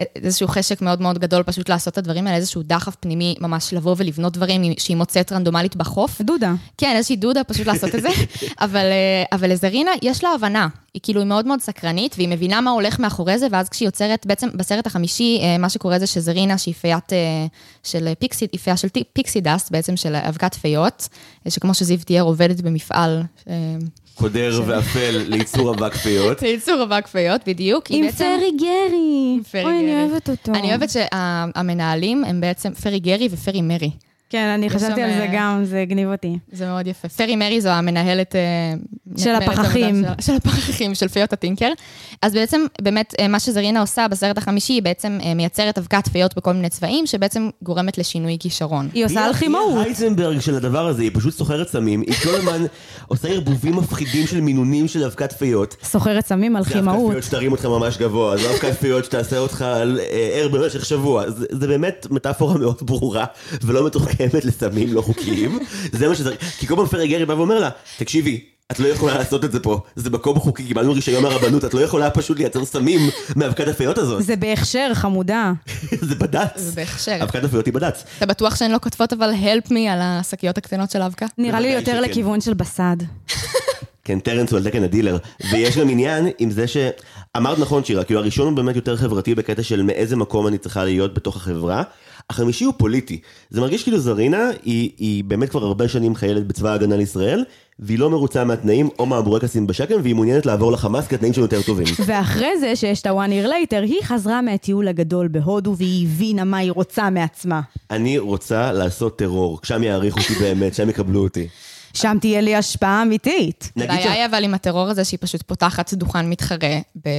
חשק מאוד מאוד גדול פשוט לעשות את הדברים האלה, איזשהו דחף פנימי ממש לבוא ולבנות דברים שהיא מוצאת רנדומלית בחוף. דודה. כן, איזושהי דודה פשוט לעשות את זה, אבל לזרינה יש לה הבנה, היא כאילו היא מאוד מאוד סקרנית, והיא מבינה מה הולך מאחורי זה, ואז כשהיא יוצרת, בעצם בסרט החמישי, מה שקורה זה שזרינה, שהיא פיית של פיקסי דאסט, בעצם של אבקת פיות, שכמו שזיו תיאר עובדת במפעל קודר ואפל לייצור אבק פיות. לייצור אבק פיות, בדיוק. עם פרי גרי. אוי, אני אוהבת אותו. אני אוהבת שהמנהלים הם בעצם פרי גרי ופרי מרי. כן, אני חשבתי על זה גם, זה גניב אותי. זה מאוד יפה. פרי מרי זו המנהלת של הפחחים. של הפחחים, של פיות הטינקר. אז בעצם, באמת, מה שזרינה עושה בסרט החמישי, היא בעצם מייצרת אבקת פיות בכל מיני צבעים, שבעצם גורמת לשינוי כישרון. היא עושה על חימאות. היא הייזנברג של הדבר הזה, היא פשוט סוחרת סמים, היא כל הזמן עושה ערבובים מפחידים של מינונים של אבקת פיות. סוחרת סמים על חימאות. זה אבקת פיות שתרים אותך ממש גבוה, זו אבקת פיות שתעשה אותך ער במשך שבוע. זה באמת מטאפורה מאוד ברורה, ולא מתוחכמת לסמים לא חוקיים. זה מה שזה, כי כל פעם פרי גרי בא ואומר לה, תקשיבי, את לא יכולה לעשות את זה פה, זה מקום חוקי, קיבלנו רישיון מהרבנות, את לא יכולה פשוט לייצר סמים מאבקת הפיות הזאת. זה בהכשר, חמודה. זה בדץ. זה בהכשר. אבקת הפיות היא בדץ. אתה בטוח שהן לא כותבות, אבל help me על השקיות הקטנות של האבקה? נראה לי יותר לכיוון של בסד. כן, טרנס הוא על תקן הדילר. ויש גם עניין עם זה אמרת נכון שירה, כאילו הראשון הוא באמת יותר חברתי בקטע של מאיזה מקום אני צריכה להיות בתוך החברה. החמישי הוא פוליטי. זה מרגיש כאילו זרינה, היא באמת כבר הרבה שנים חיילת בצבא ההגנה לישראל, והיא לא מרוצה מהתנאים או מהבורקסים בשקם, והיא מעוניינת לעבור לחמאס כי התנאים שלנו יותר טובים. ואחרי זה שיש את ה-one year later, היא חזרה מהטיול הגדול בהודו, והיא הבינה מה היא רוצה מעצמה. אני רוצה לעשות טרור, שם יעריכו אותי באמת, שם יקבלו אותי. שם תהיה לי השפעה אמיתית. הבעיה היא אבל עם הטרור הזה שהיא פשוט פותחת דוכן מתחרה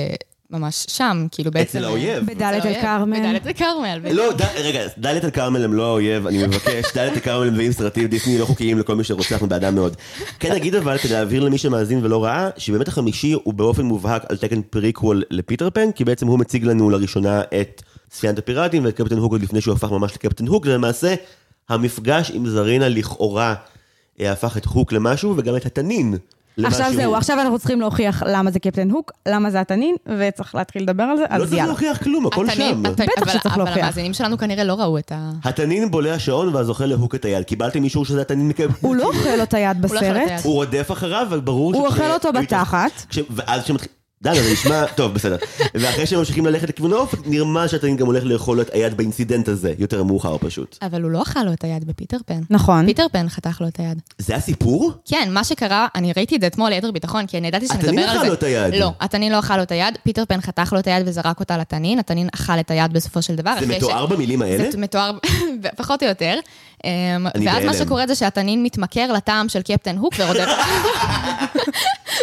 ממש שם, כאילו בעצם... אצל האויב. בדלת אל כרמל. בדלת אל כרמל. לא, רגע, דלת אל כרמל הם לא האויב, אני מבקש, דלת אל כרמל הם מביאים סרטים דיסני לא חוקיים לכל מי שרוצה, אנחנו באדם מאוד. כן נגיד אבל, כדי להעביר למי שמאזין ולא ראה, שבאמת החמישי הוא באופן מובהק על תקן פריקוול לפיטר פן, כי בעצם הוא מציג לנו לראשונה את ספינת הפיראטים ואת קפטן הוק עוד לפני שהוא הפך ממש לקפטן הוק, ולמעשה המפגש עם זרינה לכאורה הפך את הוק למשהו, וגם את התנין. עכשיו זהו, עכשיו אנחנו צריכים להוכיח למה זה קפטן הוק, למה זה התנין, וצריך להתחיל לדבר על זה, אז יאללה. לא צריך להוכיח כלום, הכל שם. בטח שצריך להוכיח. אבל המאזינים שלנו כנראה לא ראו את התנין בולע שעון ואז אוכל להוק את היד. קיבלתם אישור שזה התנין מקבל? הוא לא אוכל לו את היד בסרט. הוא רודף אחריו, אבל ברור הוא אוכל אותו בתחת. ואז כשמתחיל... די, זה נשמע, טוב, בסדר. ואחרי שהם ממשיכים ללכת לכיוון האופק, נרמה שהתנין גם הולך לאכול את היד באינסידנט הזה, יותר מאוחר פשוט. אבל הוא לא אכל לו את היד בפיטר פן. נכון. פיטר פן חתך לו את היד. זה הסיפור? כן, מה שקרה, אני ראיתי את זה אתמול ליתר ביטחון, כי אני ידעתי שנדבר על זה. התנין אכל לו את היד. לא, התנין לא אכל לו את היד, פיטר פן חתך לו את היד וזרק אותה לתנין, התנין אכל את היד בסופו של דבר. זה מתואר במילים האלה? זה מתואר פחות או יותר. ואז מה שקורה זה שהתנין מתמכר לטעם של קפטן הוק ורודף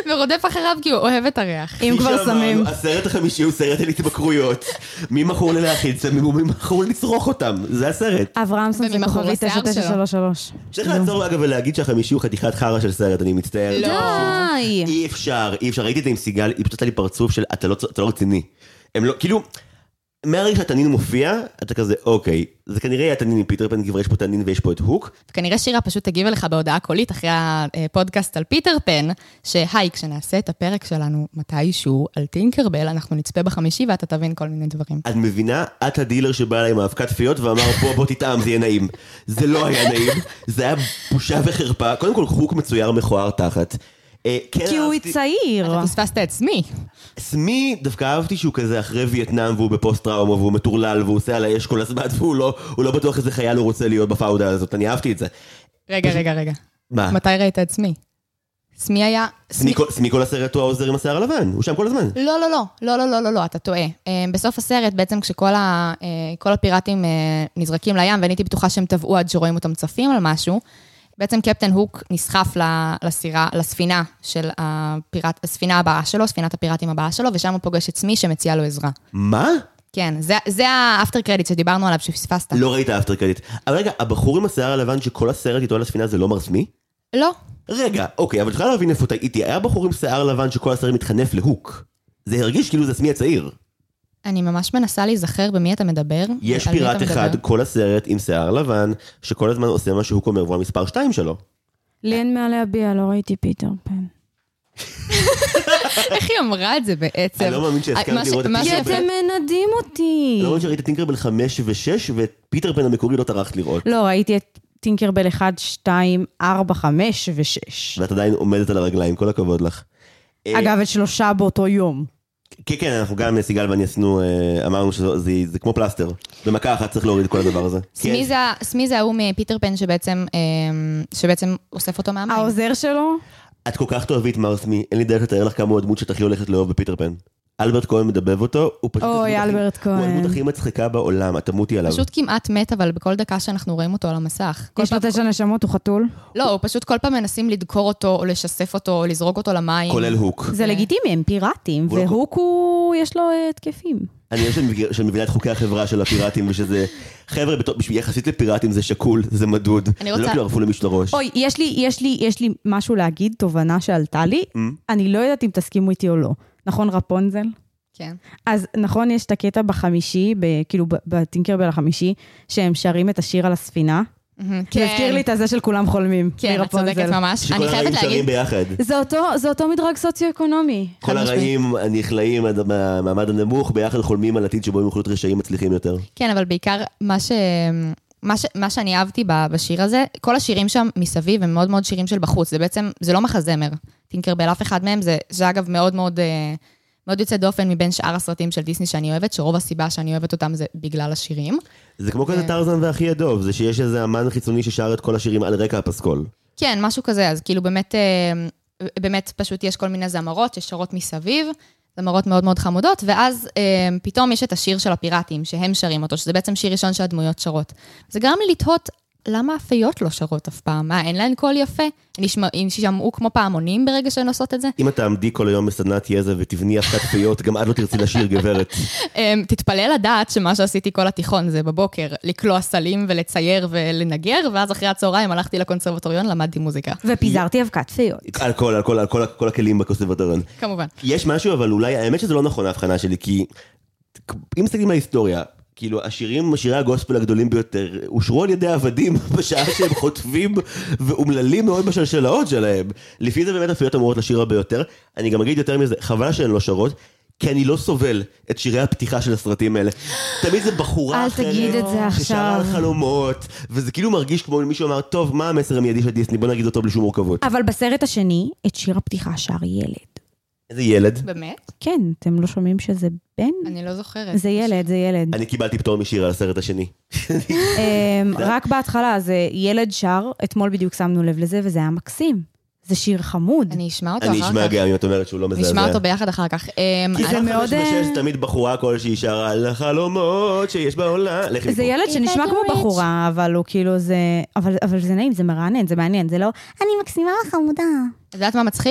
ורודף אחריו כי הוא אוהב את הריח. אם כבר שמים. הסרט החמישי הוא סרט על התמכרויות. מי מכור ללהכיל סמים ומי מכור לצרוך אותם. זה הסרט. אברהמסון זה כוכבי 9933. צריך לעצור אגב ולהגיד שהחמישי הוא חתיכת חרא של סרט, אני מצטער. די! אי אפשר. ראיתי את זה עם סיגל, היא פשוט עלי פרצוף של אתה לא רציני. הם לא, כאילו, מהרגע שהתנין מופיע, אתה כזה, אוקיי, זה כנראה יהיה התנין עם פיטר פן, כבר יש פה תנין ויש פה את הוק. וכנראה שירה פשוט תגיב לך בהודעה קולית אחרי הפודקאסט על פיטר פן, שהי, כשנעשה את הפרק שלנו מתישהו על טינקרבל, אנחנו נצפה בחמישי ואתה תבין כל מיני דברים. את מבינה? את הדילר שבא אליי עם האבקת פיות ואמר, בוא תטעם, זה יהיה נעים. זה לא היה נעים, זה היה בושה וחרפה. קודם כל, הוק מצויר מכוער תחת. כי הוא צעיר. אתה פספסת את סמי. סמי, דווקא אהבתי שהוא כזה אחרי וייטנאם והוא בפוסט טראומה והוא מטורלל והוא עושה על האש כל הזמן והוא לא בטוח איזה חייל הוא רוצה להיות בפאודה הזאת, אני אהבתי את זה. רגע. מה? מתי ראית את סמי? סמי היה... סמי כל הסרט הוא העוזר עם השיער הלבן, הוא שם כל הזמן. לא, אתה טועה. בסוף הסרט, בעצם כשכל הפיראטים נזרקים לים, ואני הייתי בטוחה שהם טבעו עד שרואים אותם צפים על משהו, בעצם קפטן הוק נסחף לספינה של הספינה הבאה שלו, ספינת הפיראטים הבאה שלו, ושם הוא פוגש את סמי שמציע לו עזרה. מה? כן, זה האפטר קרדיט שדיברנו עליו שפספסת. לא ראית האפטר קרדיט. אבל רגע, הבחור עם השיער הלבן שכל הסרט איתו על הספינה זה לא מר סמי? לא. רגע, אוקיי, אבל תוכל להבין איפה טעיתי. היה בחור עם שיער לבן שכל הסרט מתחנף להוק. זה הרגיש כאילו זה סמי הצעיר. אני ממש מנסה להיזכר במי אתה מדבר. יש פיראט אחד, כל הסרט עם שיער לבן, שכל הזמן עושה מה שהוא אומר, והוא המספר 2 שלו. לי אין מה להביע, לא ראיתי פיטר פן. איך היא אמרה את זה בעצם? אני לא מאמין שהזכרת לראות את כי אתם מנדים אותי. אני לא מאמין שראית את טינקרבל 5 ו-6, ואת פיטר פן המקורי לא טרחת לראות. לא, ראיתי את טינקרבל 1, 2, 4, 5 ו-6. ואת עדיין עומדת על הרגליים, כל הכבוד לך. אגב, את 3 באותו יום. כן, אנחנו גם, סיגל ואני עשינו, אמרנו שזה כמו פלסטר. במכה אחת צריך להוריד את כל הדבר הזה. סמי זה ההוא מפיטר פן שבעצם אוסף אותו מהמים. העוזר שלו? את כל כך תאהבי את מר סמי, אין לי דרך לתאר לך כמה הדמות שאת הכי הולכת לאהוב בפיטר פן. אלברט כהן מדבב אותו, הוא פשוט אלברט כהן. הוא הדמות הכי מצחיקה בעולם, את תמותי עליו. פשוט כמעט מת, אבל בכל דקה שאנחנו רואים אותו על המסך. יש לו 9 נשמות, הוא חתול? לא, הוא פשוט כל פעם מנסים לדקור אותו, או לשסף אותו, או לזרוק אותו למים. כולל הוק. זה לגיטימי, הם פיראטים, והוק יש לו התקפים. אני חושב שמבינה את חוקי החברה של הפיראטים, ושזה, חבר'ה, יחסית לפיראטים זה שקול, זה מדוד, זה לא כאילו ערפו למישהו לראש. אוי, יש לי משהו להגיד, תובנה שעלתה לי, אני לא יודעת אם תסכימו איתי או לא. נכון, רפונזל? כן. אז נכון, יש את הקטע בחמישי, כאילו בטינקרבל החמישי, שהם שרים את השיר על הספינה. זה הזכיר לי את הזה של כולם חולמים. כן, את צודקת ממש. שכל הרעים שרים ביחד. זה אותו מדרג סוציו-אקונומי. כל הרעים הנכלאים מהמעמד הנמוך, ביחד חולמים על עתיד שבו הם יכולים להיות רשעים מצליחים יותר. כן, אבל בעיקר מה שאני אהבתי בשיר הזה, כל השירים שם מסביב הם מאוד מאוד שירים של בחוץ. זה בעצם, זה לא מחזמר. טינקרבל, אף אחד מהם, זה אגב מאוד מאוד יוצא דופן מבין שאר הסרטים של דיסני שאני אוהבת, שרוב הסיבה שאני אוהבת אותם זה בגלל השירים. זה כמו כזה טרזן והכי הדוב, זה שיש איזה אמן חיצוני ששר את כל השירים על רקע הפסקול. כן, משהו כזה, אז כאילו באמת פשוט יש כל מיני זמרות ששרות מסביב, זמרות מאוד מאוד חמודות, ואז פתאום יש את השיר של הפיראטים, שהם שרים אותו, שזה בעצם שיר ראשון שהדמויות שרות. זה גרם לי לתהות, למה הפיות לא שרות אף פעם? מה, אין להן קול יפה? נשמעו כמו פעמונים ברגע שהן עושות את זה? אם אתה עמדי כל היום בסדנת יזע ותבני הפקת פיות, גם את לא תרצי לשיר גברת. תתפלא לדעת שמה שעשיתי כל התיכון זה בבוקר, לקלוע סלים ולצייר ולנגר, ואז אחרי הצהריים הלכתי לקונסרבטוריון, למדתי מוזיקה. ופיזרתי אבקת פיות. על כל הכלים בקונסרבטוריון. כמובן. יש משהו, אבל אולי, האמת שזה לא נכון ההבחנה שלי, כי אם מסתכלים על ההיסטוריה, כאילו, שירי הגוספל הגדולים ביותר, אושרו על ידי עבדים בשעה שהם חוטפים ואומללים מאוד בשלשלאות שלהם. לפי זה באמת הפיות אמורות לשיר הרבה יותר. אני גם אגיד יותר מזה, חבל שהן לא שרות, כי אני לא סובל את שירי הפתיחה של הסרטים האלה. תמיד זה בחורה אחרת, אל תגיד את זה עכשיו. ששרה על חלומות, וזה כאילו מרגיש כמו מישהו אמר, טוב, מה המסר המיידי של דיסני? בוא נגיד אותו בלי שום מורכבות. אבל בסרט השני, את שיר הפתיחה שר ילד. איזה ילד? באמת? כן, אתם לא שומעים שזה בן? אני לא זוכרת. זה ילד. אני קיבלתי פטור משיר על הסרט השני. רק בהתחלה, זה ילד שר, אתמול בדיוק שמנו לב לזה, וזה היה מקסים. זה שיר חמוד. אני אשמע אותו אחר כך. אני אשמע גם אם את אומרת שהוא לא מזעזע. נשמע אותו ביחד אחר כך. כי זה מאוד... זה תמיד בחורה כלשהי שרה על החלומות שיש בעולם. זה ילד שנשמע כמו בחורה, אבל הוא כאילו זה... אבל זה נעים, זה מרענן, זה מעניין, זה לא... אני מקסימה חמודה. את יודעת מה מצחיק?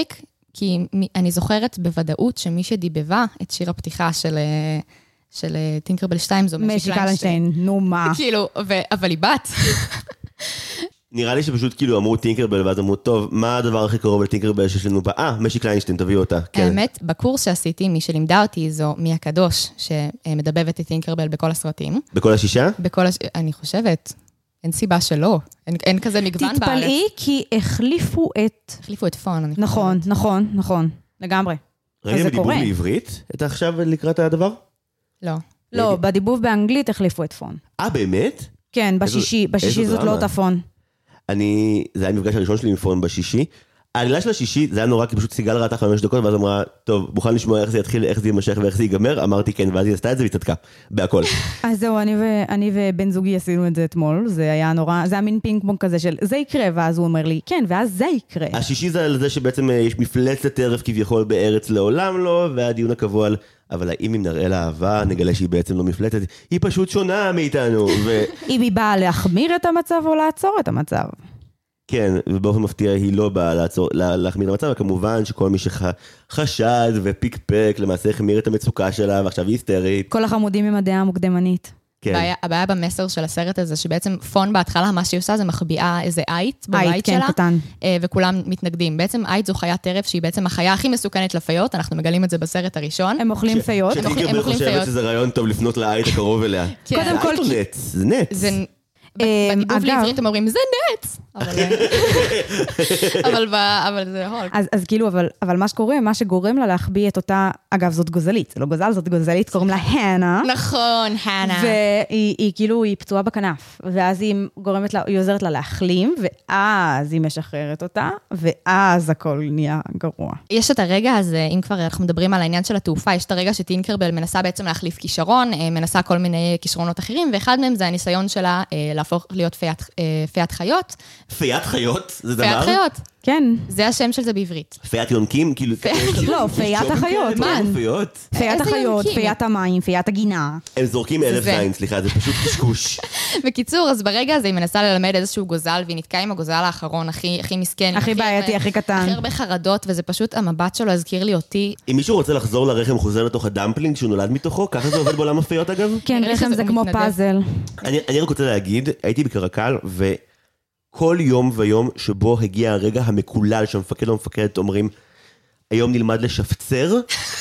כי אני זוכרת בוודאות שמי שדיבבה את שיר הפתיחה של טינקרבל 2, זו משי קליינשטיין, נו מה. כאילו, אבל היא בת. נראה לי שפשוט כאילו אמרו טינקרבל, ואז אמרו, טוב, מה הדבר הכי קרוב לטינקרבל שיש לנו בה? משי קליינשטיין, תביאו אותה. האמת, בקורס שעשיתי, מי שלימדה אותי זו מי הקדוש, שמדבבת את טינקרבל בכל הסרטים. בכל השישה? אני חושבת, אין סיבה שלא. אין כזה מגוון בארץ. תתפלאי, כי החליפו את פון, אני חושבת. נכון, לגמרי. רגע, בדיבוב בעברית? אתה עכשיו לקראת הדבר? לא. לא, בדיבוב באנגלית החליפו את פון. באמת? כן, בשישי זאת לא אותה פון. זה היה המפגש הראשון שלי עם פון בשישי. העלילה של השישי, זה היה נורא, כי פשוט סיגל ראתה 5 דקות, ואז אמרה, טוב, מוכן לשמוע איך זה יתחיל, איך זה יימשך ואיך זה ייגמר, אמרתי כן, ואז היא עשתה את זה והתעדכה, בהכל. אז זהו, אני ובן זוגי עשינו את זה אתמול, זה היה נורא, זה היה מין פינג פונג כזה של, זה יקרה, ואז הוא אומר לי, כן, ואז זה יקרה. השישי זה על זה שבעצם יש מפלצת טרף כביכול בארץ לעולם לא, והדיון הקבוע על, אבל האם אם נראה לה אהבה, נגלה שהיא בעצם לא מפלצת, היא פשוט שונה מאיתנו. אם היא באה להחמיר את המצב או לעצור את המצב. כן, ובאופן מפתיע היא לא באה להחמיר את המצב, וכמובן שכל מי שחשד ופיקפק למעשה החמיר את המצוקה שלה, ועכשיו היא היסטרית. כל החמודים עם הדעה המוקדמנית. כן. הבעיה במסר של הסרט הזה, שבעצם פון בהתחלה, מה שהיא עושה זה מחביאה איזה עית בבית שלה, קטן. וכולם מתנגדים. בעצם עית זו חיית טרף, שהיא בעצם החיה הכי מסוכנת לפיות, אנחנו מגלים את זה בסרט הראשון. הם אוכלים פיות. שטינקרבל חושבת שזה רעיון טוב לפנות לעית הקרוב אליה. קודם כל, זה נץ. בדיבוב לעברית הם אומרים, זה נץ! אבל זה הולק. אז כאילו, אבל מה שקורה, מה שגורם לה להחביא את אותה, אגב, זאת גוזלית, זה לא גוזל, זאת גוזלית, קוראים לה הנה. נכון, הנה. והיא כאילו, היא פצועה בכנף, ואז היא עוזרת לה להחלים, ואז היא משחררת אותה, ואז הכל נהיה גרוע. יש את הרגע הזה, אם כבר אנחנו מדברים על העניין של התעופה, יש את הרגע שטינקרבל מנסה בעצם להחליף כישרון, מנסה כל מיני כישרונות אחרים, ואחד מהם זה הניסיון שלה להפוך להיות פיית חיות. פיית חיות? זה דבר? פיית חיות. כן. זה השם של זה בעברית. פיית יונקים? לא, פיית החיות, כן. פיית החיות, פיית המים, פיית הגינה. הם זורקים 1000 זין, סליחה, זה פשוט קשקוש. בקיצור, אז ברגע הזה היא מנסה ללמד איזשהו גוזל, והיא נתקעה עם הגוזל האחרון, הכי מסכן. הכי בעייתי, הכי קטן. הכי הרבה חרדות, וזה פשוט, המבט שלו הזכיר לי אותי. אם מישהו רוצה לחזור לרחם חוזר לתוך הדמפלינג שהוא נולד מתוכו, ככה זה עובד בעולם הפיות אגב? כן, רחם זה כמו פאזל. אני רק רוצה להגיד, הייתי בקרקל, כל יום ויום שבו הגיע הרגע המקולל שהמפקד או המפקדת אומרים, היום נלמד לשפצר,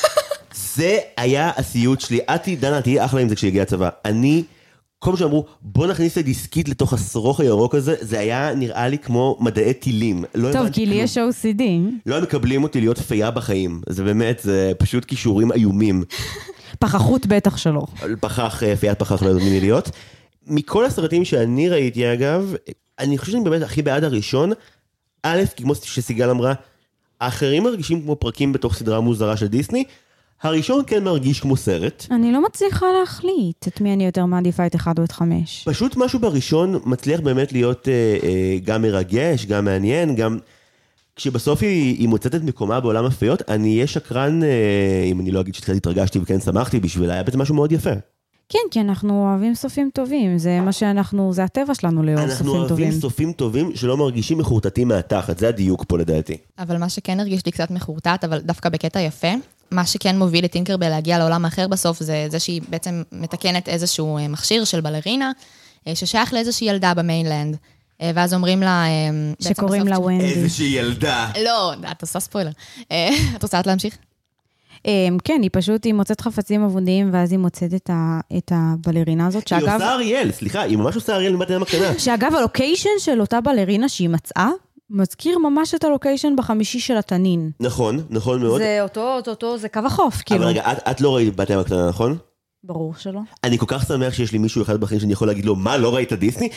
זה היה הסיוט שלי. דנה, תהיי אחלה עם זה כשהגיע הצבא. כל מה שאמרו, בוא נכניס לדיסקית לתוך השרוך הירוק הזה, זה היה נראה לי כמו מדעי טילים. טוב, כי לי יש OCD. לא הם מקבלים אותי להיות פייה בחיים. זה באמת, זה פשוט כישורים איומים. פחחות בטח שלא. פיית פחח לא יודעים לי להיות. מכל הסרטים שאני ראיתי אגב, אני חושב שאני באמת הכי בעד הראשון, א', כמו שסיגל אמרה, האחרים מרגישים כמו פרקים בתוך סדרה מוזרה של דיסני, הראשון כן מרגיש כמו סרט. אני לא מצליחה להחליט את מי אני יותר מעדיפה את 1 או את 5. פשוט משהו בראשון מצליח באמת להיות גם מרגש, גם מעניין, גם כשבסוף היא מוצאת את מקומה בעולם הפיות, אני אהיה שקרן, אם אני לא אגיד שקצת התרגשתי וכן שמחתי בשבילה, היה בעצם משהו מאוד יפה. כן, כי אנחנו אוהבים סופים טובים, זה מה שאנחנו, זה הטבע שלנו לאהוב סופים טובים. אנחנו אוהבים סופים טובים שלא מרגישים מחורטטים מהתחת, זה הדיוק פה לדעתי. אבל מה שכן הרגיש לי קצת מחורטט, אבל דווקא בקטע יפה, מה שכן מוביל את טינקרבל להגיע לעולם אחר בסוף, זה שהיא בעצם מתקנת איזשהו מכשיר של בלרינה, ששייך לאיזושהי ילדה במיינלנד, ואז אומרים לה... שקוראים לה ונדי. איזושהי ילדה. לא, את עושה ספוילר. את רוצה להמשיך? כן, היא מוצאת חפצים אבודים, ואז היא מוצאת את הבלרינה הזאת, היא עושה אריאל, סליחה, היא ממש עושה אריאל מבת הים הקטנה. שאגב, הלוקיישן של אותה בלרינה שהיא מצאה, מזכיר ממש את הלוקיישן בחמישי של התנין. נכון, נכון מאוד. זה אותו, זה קו החוף, כאילו. אבל רגע, את לא ראית בת הים הקטנה, נכון? ברור שלא. אני כל כך שמח שיש לי מישהו אחד בחיים שאני יכול להגיד לו, מה, לא ראית דיסני?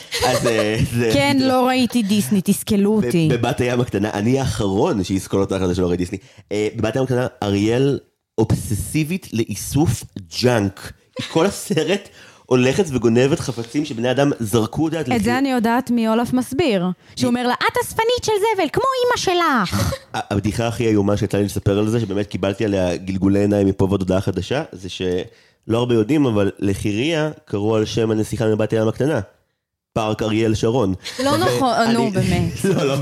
כן, לא ראיתי דיסני, תסכלו אותי. בבת הים הקטנה, אני האחרון שיסכול אותך על זה שלא ראית דיסני. בבת הים הקטנה, אריאל אובססיבית לאיסוף ג'אנק. כל הסרט הולכת וגונבת חפצים שבני אדם זרקו דעת. את זה אני יודעת מאולף מסביר. שהוא אומר לה, את אספנית של זבל, כמו אמא שלך. הבדיחה הכי איומה שיצא לי לספר על זה, שבאמת קיבלתי עליה גלגולי עיניים מפה ועוד הודעה חדשה, זה שלא הרבה יודעים, אבל לחיריה קראו על שם הנסיכה מבת הים הקטנה. פארק אריאל שרון. לא נכון, נו באמת.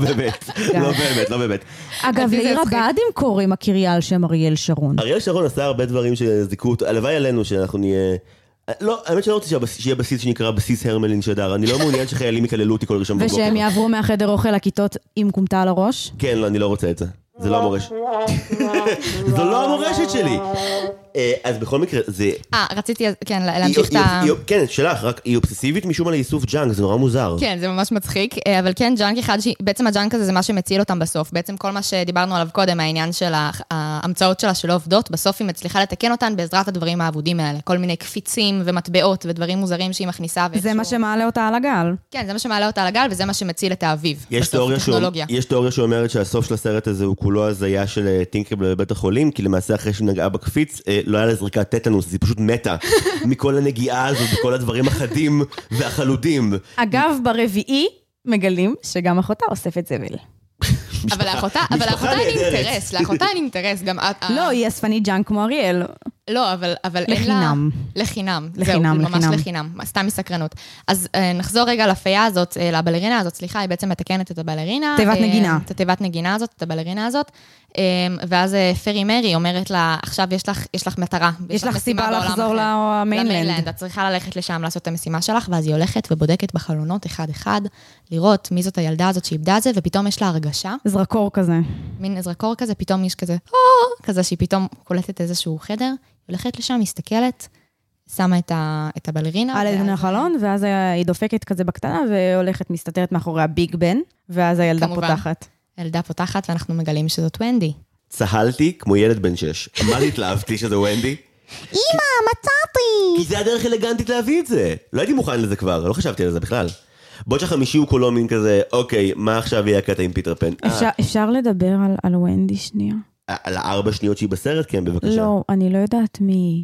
לא באמת. אגב, לעיר הבה"דים קוראים הקריה על שם אריאל שרון. אריאל שרון עשה הרבה דברים שזיקו אותו, הלוואי עלינו שאנחנו נהיה... לא, האמת שאני לא רוצה שיהיה בסיס שנקרא בסיס הרמלין שדר, אני לא מעוניין שחיילים יקללו אותי כל ראשון בבוקר. ושהם יעברו מהחדר אוכל לכיתות עם קומתה על הראש? כן, לא, אני לא רוצה את זה. זה לא המורשת. זו לא המורשת שלי. אז בכל מקרה, זה... רציתי, כן, להמשיך את ה... כן, שלך, רק היא אובססיבית משום על איסוף ג'אנק, זה נורא מוזר. כן, זה ממש מצחיק, אבל כן, ג'אנק אחד, בעצם הג'אנק הזה זה מה שמציל אותם בסוף. בעצם כל מה שדיברנו עליו קודם, העניין של ההמצאות שלה שלא עובדות, בסוף היא מצליחה לתקן אותן בעזרת הדברים העבודים האלה. כל מיני קפיצים ומטבעות ודברים מוזרים שהיא מכניסה. זה מה שמעלה אותה על הגל. כן, זה מה שמעלה אותה על הגל, וזה מה שמציל את האביב. יש תיאוריה שאומרת שהסוף של הסרט הזה הוא כולו הזיה של טינקרבל בבית החולים, כי למעשה אחרי שהיא נגעה בקפיץ, לא היה לה זריקת טטנוס, היא פשוט מתה מכל הנגיעה הזאת, בכל הדברים החדים והחלודים. אגב, ברביעי מגלים שגם אחותה אוספת זבל. אבל לאחותה אין אינטרס, גם את... לא, היא אספנית ג'אנק כמו אריאל. לא, אבל אין לה... לחינם. זהו, ממש לחינם. סתם מסקרנות. אז נחזור רגע לפיה הזאת, לבלרינה הזאת, סליחה, היא בעצם מתקנת את הבלרינה. תיבת נגינה. את התיבת נגינה הזאת, את הבלרינה הזאת. ואז פרי מרי אומרת לה, עכשיו יש לך מטרה. יש לך סיבה לחזור למיינלנד. את צריכה ללכת לשם לעשות את המשימה שלך, ואז היא הולכת ובודקת בחלונות אחד-אחד, לראות מי זאת הילדה הזאת שאיבדה את זה, ופתאום יש לה הרגשה. זרקור כזה. מין זרקור כזה, פתאום יש כזה שהיא פתאום קולטת איזשהו חדר, הולכת לשם, מסתכלת, שמה את הבלרינה. על איזה החלון, ואז היא דופקת כזה בקטנה, והולכת, מסתתרת מאחורי הביג בן, ואז הילדה פותחת. הילדה פותחת, ואנחנו מגלים שזאת ונדי. צהלתי כמו ילד בן 6. מה התלהבתי שזה ונדי? אמא, מצאתי! כי זה הדרך אלגנטית להביא את זה. לא הייתי מוכן לזה כבר, לא חשבתי על זה בכלל. בעוד שהחמישי הוא כולו מין כזה, אוקיי, מה עכשיו יהיה הקטע עם פיטר פן? אפשר לדבר על ונדי שנייה? על 4 שניות שהיא בסרט? כן, בבקשה. לא, אני לא יודעת מי.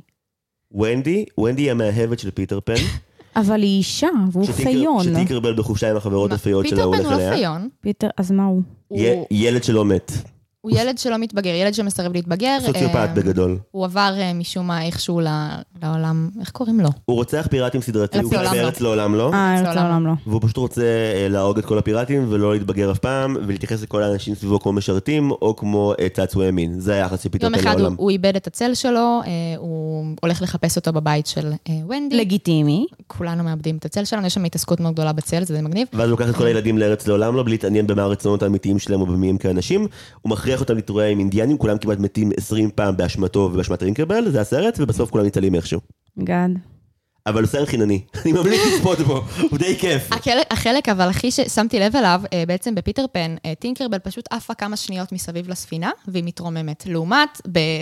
ונדי היא המאהבת של פיטר פן. אבל היא אישה, והוא פיון. שטינקרבל בחופשה עם החברות הפיות שלה הולך אליה. פיטר פן הוא לא פיון. פיטר, אז מה הוא? ילד שלא מת. הוא ילד שלא מתבגר, ילד שמסרב להתבגר. סוציופט בגדול. הוא עבר משום מה איכשהו לעולם, איך קוראים לו? הוא רוצח פיראטים סדרתי, הוא קוראים ארץ לעולם לא. ארץ לעולם לא. והוא פשוט רוצה להרוג את כל הפיראטים ולא להתבגר אף פעם, ולהתייחס לכל האנשים סביבו כמו משרתים, או כמו צעצועי מין. זה היחס שפיטר פן לעולם. יום אחד הוא איבד את הצל שלו, הוא הולך לחפש אותו בבית של ונדי. לגיטימי. כולנו מאבדים את הצל שלנו, יש שם התעסקות מאוד גדולה בצל, זה מגניב. ואז הוא לוקח את כל הילדים לארץ לעולם לא, בלי להתעניין במה הרצונות האמיתיים שלהם או במי הם כאנשים. הוא מכריח אותם להתרועע עם אינדיאנים, כולם כמעט מתים 20 פעם באשמתו ובאשמת טינקרבל, זה הסרט, ובסוף כולם ניצלים איכשהו. גד. אבל הוא סרט חינני, אני ממליץ לצפות בו, הוא די כיף. החלק אבל הכי ששמתי לב אליו, בעצם בפיטר פן, טינקרבל פשוט עפה כמה שניות מסביב לספינה, והיא מתרוממת. לעומת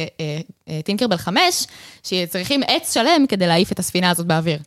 בטינקרבל 5, שצריכים עץ שלם כדי להעיף את הספינה הזאת באוויר.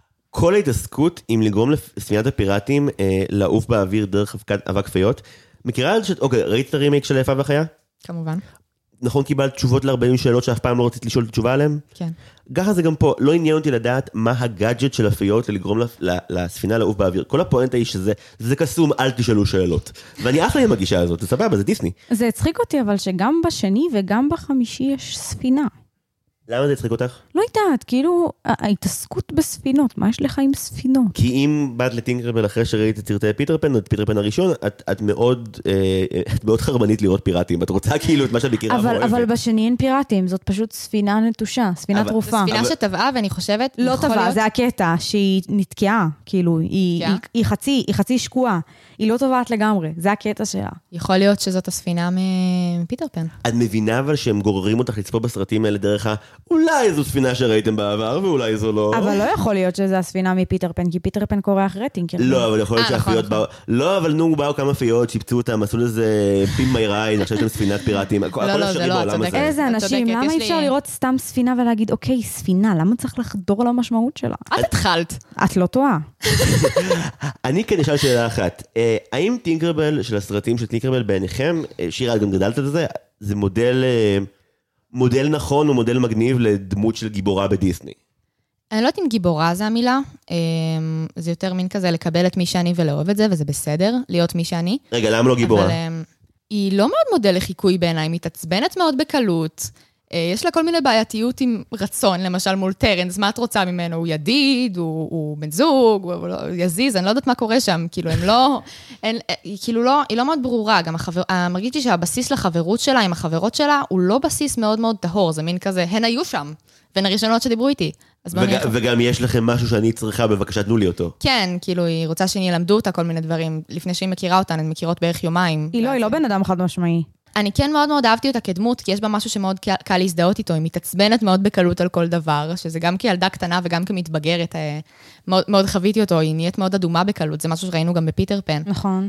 כל ההתעסקות עם לגרום לספינת הפיראטים לעוף באוויר דרך אבק פיות, מכירה על אוקיי, ראית את הרימייק של היפה והחיה? כמובן. נכון, קיבלת תשובות ל-40 שאלות שאף פעם לא רצית לשאול את התשובה עליהן? כן. ככה זה גם פה, לא עניין אותי לדעת מה הגאדג'ט של הפיות לגרום לספינה לעוף באוויר. כל הפואנטה היא שזה קסום, אל תשאלו שאלות. ואני אחלה עם הגישה הזאת, זה סבבה, זה דיסני. זה הצחיק אותי, אבל שגם בשני וגם בחמישי יש ספינה. למה זה הצחיק אותך? לא יודעת, כאילו, ההתעסקות בספינות, מה יש לך עם ספינות? כי אם באת לטינקרבל אחרי שראית את סרטי פיטר פן, את פיטר פן הראשון, את מאוד חרבנית לראות פיראטים, את רוצה כאילו את מה שאת מכירה ואוהבת. אבל בשני אין פיראטים, זאת פשוט ספינה נטושה, ספינה תרופה. זו ספינה שטבעה, ואני חושבת... לא טבעה, זה הקטע, שהיא נתקעה, כאילו, היא חצי שקועה, היא לא טובעת לגמרי, זה הקטע שלה. יכול להיות שזאת הספינה מפיטר פן. את מבינה אבל שהם גוררים אותך לצפות בסרטים האלה דרך אולי זו ספינה שראיתם בעבר, ואולי זו לא. אבל לא יכול להיות שזו הספינה מפיטר פן, כי פיטר פן קורא אחרי טינקרבל. לא, אבל יכול להיות שהפיות באו... לא, אבל נו, באו כמה פיות, שיפצו אותם, עשו לזה פין מי רייד, עכשיו יש להם ספינת פיראטים, הכל אפשרי בעולם הזה. איזה אנשים, למה אי אפשר לראות סתם ספינה ולהגיד, אוקיי, ספינה, למה צריך לחדור על המשמעות שלה? את התחלת. את לא טועה. אני כן אשאל שאלה אחת, האם טינקרבל של הסרטים של טינקרבל בעיניכם, שירה, גם גדלת על זה, זה מודל נכון או מודל מגניב לדמות של גיבורה בדיסני? אני לא יודעת אם גיבורה זה המילה, זה יותר מין כזה לקבל את מי שאני ולאהוב את זה, וזה בסדר, להיות מי שאני. רגע, למה לא גיבורה? אבל היא לא מאוד מודל לחיקוי בעיניי, היא מתעצבנת מאוד בקלות, יש לה כל מיני בעייתיות עם רצון, למשל מול טרנס, מה את רוצה ממנו? הוא ידיד, הוא בן זוג, הוא יזיז, אני לא יודעת מה קורה שם, כאילו, היא לא מאוד ברורה, גם מרגישתי שהבסיס לחברות שלה עם החברות שלה, הוא לא בסיס מאוד מאוד טהור, זה מין כזה, הן היו שם, והן הראשונות שדיברו איתי. וגם יש לכם משהו שאני צריכה, בבקשה תנו לי אותו. כן, כאילו, היא רוצה שאני ילמדו אותה כל מיני דברים, לפני שהיא מכירה אותן, הן מכירות בערך יומיים. היא לא בן אדם חד משמעי. אני כן מאוד מאוד אהבתי אותה כדמות, כי יש בה משהו שמאוד קל להזדהות איתו, היא מתעצבנת מאוד בקלות על כל דבר, שזה גם כילדה קטנה וגם כמתבגרת, מאוד, מאוד חוויתי אותו, היא נהיית מאוד אדומה בקלות, זה משהו שראינו גם בפיטר פן. נכון.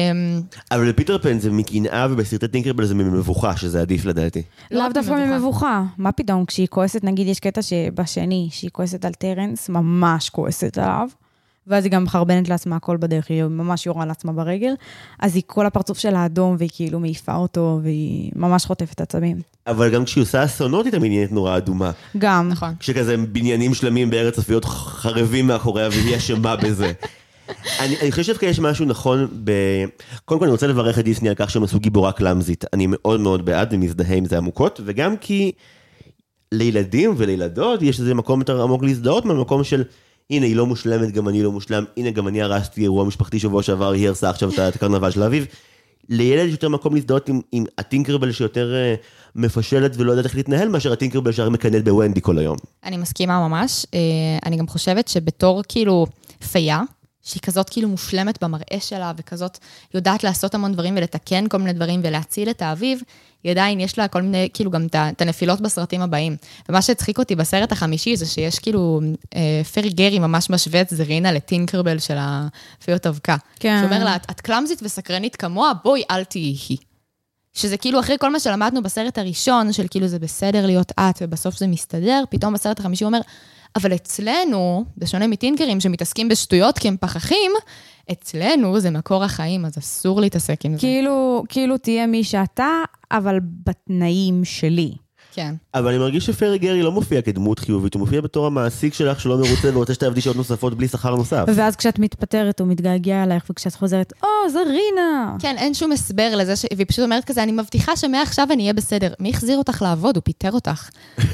אבל בפיטר פן זה מקנאה ובסרטי טינקרבל זה ממבוכה, שזה עדיף לדעתי. לאו דווקא ממבוכה. מה פתאום, כשהיא כועסת, נגיד יש קטע שבשני, שהיא כועסת על טרנס, ממש כועסת עליו, ואז היא גם מחרבנת לעצמה הכל בדרך, היא ממש יורה לעצמה ברגל, אז היא כל הפרצוף של האדום, והיא כאילו מעיפה אותו, והיא ממש חוטפת עצבים. אבל גם כשהיא עושה אסונות, היא תמיד נהיית נורא אדומה. גם. נכון. כשכזה בניינים שלמים בארץ צפיות חרבים מאחוריה, והיא אשמה בזה. אני חושב שיש משהו נכון קודם כל אני רוצה לברך את דיסני על כך שהם עשו גיבורה קלאמזית. אני מאוד מאוד בעד ומזדהה עם זה עמוקות, וגם כי לילדים ולילדות יש איזה מקום יותר עמוק להזדהות, מהמקום של הנה, היא לא מושלמת, גם אני לא מושלם, הנה, גם אני הרסתי אירוע משפחתי שבוע שעבר, היא הרסה עכשיו את הקרנבל של האביב. לילד יש יותר מקום להזדהות עם הטינקרבל שיותר מפשלת ולא יודעת איך להתנהל, מאשר הטינקרבל שהרי מקנאת בוונדי כל היום. אני מסכימה ממש. אני גם חושבת שבתור כאילו פייה, שהיא כזאת כאילו מושלמת במראה שלה, וכזאת יודעת לעשות המון דברים ולתקן כל מיני דברים ולהציל את האביב, היא עדיין יש לה כל מיני, כאילו גם את הנפילות בסרטים הבאים. ומה שהצחיק אותי בסרט החמישי, זה שיש כאילו פרי גרי ממש משווה את זרינה לטינקרבל של הפיות אבקה. כן. שאומר לה, את קלאמזית וסקרנית כמוה, בואי אל תהיי. שזה כאילו אחרי כל מה שלמדנו בסרט הראשון, של כאילו זה בסדר להיות את, ובסוף זה מסתדר, פתאום בסרט החמישי הוא אומר, אבל אצלנו, בשונה מטינקרים שמתעסקים בשטויות כי הם פחחים, אצלנו זה מקור החיים, אז אסור להתעסק עם זה. כאילו תהיה מי שאתה, אבל בתנאים שלי. כן. אבל אני מרגיש שפרי גרי לא מופיע כדמות חיובית, הוא מופיע בתור המעסיק שלך שלא מרוצה ורוצה שתעבדי שעות נוספות בלי שכר נוסף. ואז כשאת מתפטרת הוא מתגעגע עלייך, וכשאת חוזרת, זרינה. כן, אין שום הסבר לזה, והיא פשוט אומרת כזה, אני מבטיחה שמעכשיו אני אהיה בסדר. מי החזיר אותך לעבוד? הוא פיטר אותך.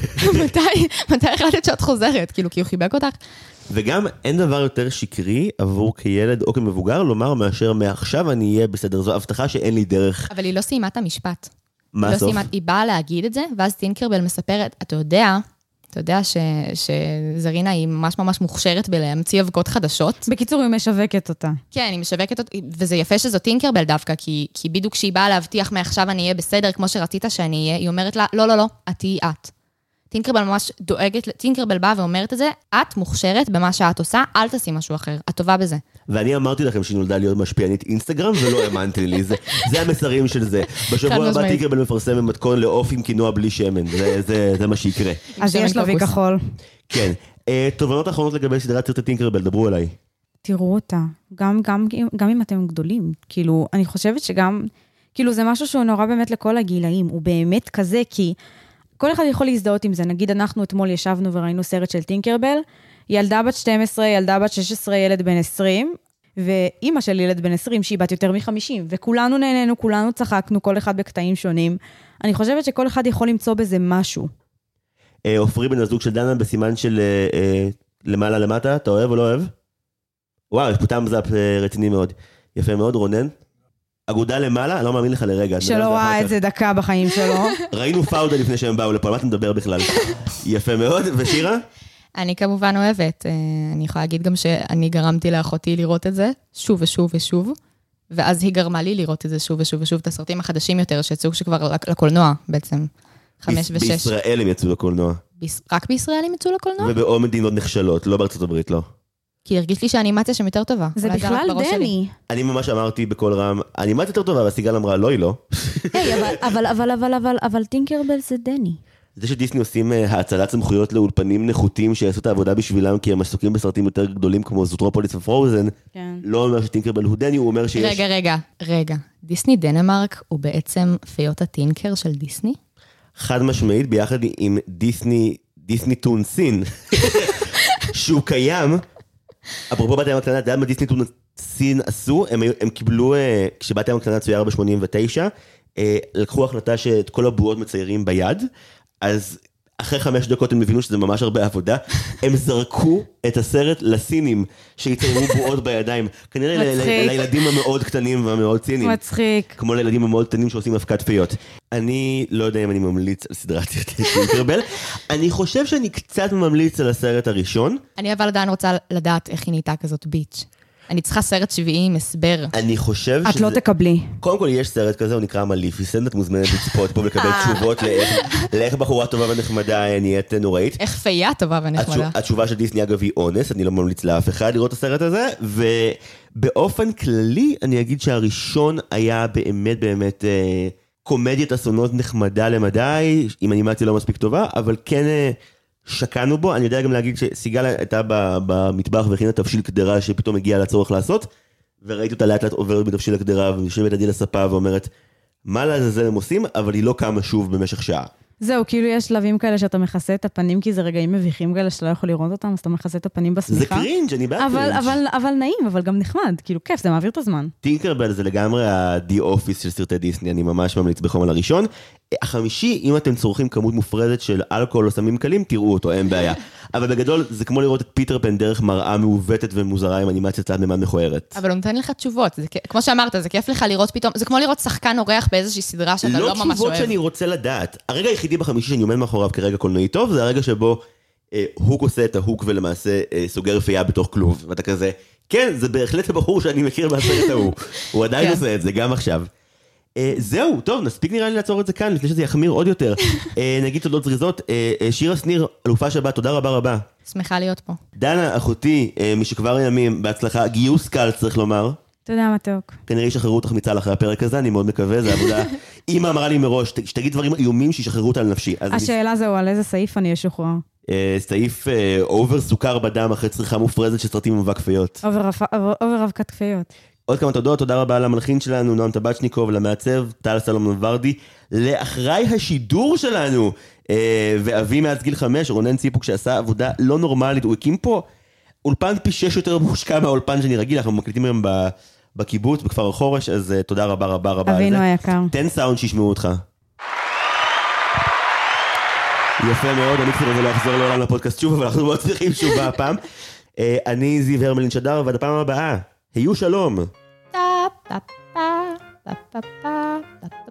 מתי החלטת שאת חוזרת? כאילו, כי הוא חיבק אותך? וגם אין דבר יותר שקרי עבור כילד או כמבוגר לומר מאשר מעכשיו אני אהיה בסדר. זו הבטחה שאין לי דרך. אבל היא לא סיימה את המשפט. מה הסוף? היא באה להגיד את זה, ואז טינקרבל מספרת, אתה יודע שזרינה היא ממש ממש מוכשרת בלהמציא אבקות חדשות. בקיצור, היא משווקת אותה. כן, היא משווקת אותה, וזה יפה שזו טינקרבל דווקא, כי בדיוק כשהיא באה להבטיח מעכשיו אני אהיה בסדר, כמו שרצית שאני אהיה, היא אומרת לה, לא, את תהיי את. טינקרבל ממש דואגת, טינקרבל באה ואומרת את זה, את מוכשרת במה שאת עושה, אל תעשי משהו אחר, את טובה בזה. ואני אמרתי לכם שהיא נולדה להיות משפיענית אינסטגרם, ולא האמנתי לי, זה המסרים של זה. בשבוע הבא טינקרבל מפרסם במתכון לעוף עם קינוע בלי שמן, זה מה שיקרה. אז יש לו וי כחול. כן. תובנות האחרונות לגבי סדרת סרטי טינקרבל, דברו אליי. תראו אותה, גם אם אתם גדולים, כאילו, אני חושבת שגם, כאילו, זה משהו שהוא נורא באמת לכל הגילאים, הוא באמת כזה, כי כל אחד יכול להזדהות עם זה. נגיד, אנחנו אתמול ישבנו וראינו סרט של טינקרבל, ילדה בת 12, ילדה בת 16, ילד בן 20, ואימא של ילד בן 20, שהיא בת יותר מ-50, וכולנו נהנינו, כולנו צחקנו, כל אחד בקטעים שונים. אני חושבת שכל אחד יכול למצוא בזה משהו. עופרי בן הזוג של דנה בסימן של למעלה למטה, אתה אוהב או לא אוהב? וואו, יש פה טעם זאפ רציני מאוד. יפה מאוד, רונן. אגודה למעלה, אני לא מאמין לך לרגע. שלא ראה את זה דקה בחיים שלו. ראינו פאודה לפני שהם באו לפה, על מה אתה מדבר בכלל? יפה מאוד, ושירה? אני כמובן אוהבת. אני יכולה להגיד גם שאני גרמתי לאחותי לראות את זה, שוב ושוב ושוב, ואז היא גרמה לי לראות את זה שוב ושוב ושוב, את הסרטים החדשים יותר, שיצאו שכבר לקולנוע בעצם, 5 ו-6. בישראל הם יצאו לקולנוע. רק בישראל הם יצאו לקולנוע? ובעוד מדינות נחשלות, לא בארצות הברית, לא. כי הרגיש לי שהאנימציה שם יותר טובה. זה בכלל דני. אני ממש אמרתי בכל רם, האנימציה יותר טובה, והסיגל אמרה, לא, היא לא. אבל טינקרבל זה דני. זה שדיסני עושים האצלת סמכויות לאולפנים נחותים שיעשו את העבודה בשבילם, כי הם עסוקים בסרטים יותר גדולים כמו זוטרופוליס ופרוזן, לא אומר שטינקרבל הוא דני, הוא אומר שיש... רגע. דיסני דנמרק הוא בעצם פיות הטינקר של דיסני? חד משמעית, ביחד עם דיסני טון סין, שהוא קיים, אפרופו בת הים הקטנה, אתה יודע מה דיסני טון סין עשו? הם קיבלו, כשבת הים הקטנה צויר ב-89, לקחו החלטה שאת כל הבועות מציירים ביד, אז אחרי 5 דקות הם הבינו שזה ממש הרבה עבודה, הם זרקו את הסרט לסינים שיציירו בועות בידיים, כנראה לילדים המאוד קטנים והמאוד ציניים. מצחיק. כמו לילדים המאוד קטנים שעושים אבקת פיות. אני לא יודע אם אני ממליץ על סדרת טינקרבל, אני חושב שאני קצת ממליץ על הסרט הראשון. אני אבל עדיין רוצה לדעת איך היא נהייתה כזאת ביץ'. אני צריכה סרט 7 עם הסבר. אני חושב את לא תקבלי. קודם כל יש סרט כזה, הוא נקרא מליפיסנט, את מוזמנת לצפות פה ולקבל תשובות לאיך בחורה טובה ונחמדה נהיית נוראית. איך פייה טובה ונחמדה. התשובה של דיסני אגב היא אונס, אני לא ממליץ לאף אחד לראות את הסרט הזה, ובאופן כללי אני אגיד שהראשון היה באמת קומדיית אסונות נחמדה למדי, עם אנימציה לא מספיק טובה, אבל כן שקענו בו. אני יודע גם להגיד שסיגל הייתה במטבח והכינה תבשיל קדרה שפתאום הגיעה לצורך לעשות, וראיתי אותה לאט לאט עוברת בתבשיל הקדרה ויושבת לידי לספה ואומרת, מה לעזאזל הם עושים, אבל היא לא קמה שוב במשך שעה. זהו, כאילו יש שלבים כאלה שאתה מכסה את הפנים, כי זה רגעים מביכים כאלה שאתה לא יכול לראות אותם, אז אתה מכסה את הפנים בסמיכה. זה קרינג', אני בעד קרינג'. אבל נעים, אבל גם נחמד, כאילו כיף, זה מעביר את הזמן. טינקרבל זה לגמרי ה-The Office של סרטי דיסני, אני ממש ממליץ בחום על הראשון. החמישי, אם אתם צורכים כמות מופרדת של אלכוהול או סמים קלים, תראו אותו, אין בעיה. אבל בגדול, זה כמו לראות את פיטר פן דרך מראה מעוותת ומוזרה עם אנימציה צד ממד מכוערת. אבל הוא נותן לך תשובות, כמו שאמרת, זה כיף לך לראות פתאום, זה כמו לראות שחקן אורח באיזושהי סדרה שאתה לא ממש אוהב. לא תשובות שאני רוצה לדעת. הרגע היחידי בחמישי שאני עומד מאחוריו כרגע קולנועי טוב, זה הרגע שבו הוק עושה את ההוק ולמעשה סוגר פייה בתוך כלוב. ואתה כזה, כן, זה בהחלט הבחור שאני מכיר מהסרט ההוא. הוא עדיין עושה את זה, גם עכשיו. זהו, טוב, נספיק נראה לי לעצור את זה כאן, לפני שזה יחמיר עוד יותר. נגיד תודות זריזות, שירה שניר, אלופה שבת, תודה רבה רבה. שמחה להיות פה. דנה, אחותי, משכבר ימים, בהצלחה, גיוס קל צריך לומר. תודה מתוק. כנראה ישחררו אותך מצה"ל אחרי הפרק הזה, אני מאוד מקווה, זה עבודה. אמא אמרה לי מראש, שתגיד דברים איומים שישחררו אותה על נפשי. השאלה זהו, על איזה סעיף אני אשוחרר? סעיף אובר סוכר בדם אחרי צריכה מופרזת של סרטים ומבק כפיות. אובר אבקת כפיות. עוד כמה תודות, תודה רבה למלחין שלנו, נועם טבצ'ניקוב, למעצב, טל סלומון ורדי, לאחראי השידור שלנו, ואבי מאז גיל 5, רונן ציפוק שעשה עבודה לא נורמלית, הוא הקים פה אולפן פי 6 יותר מושקע מהאולפן שאני רגיל, אנחנו מקליטים היום בקיבוץ, בכפר החורש, אז תודה רבה רבה רבה. אבינו היקר. תן סאונד שישמעו אותך. יפה מאוד, אני כבר לא אחזור לעולם לפודקאסט שוב, אבל אנחנו מאוד צריכים שוב הפעם. אני זיו הרמלין שדר, ועד הפעם הבאה, היו שלום.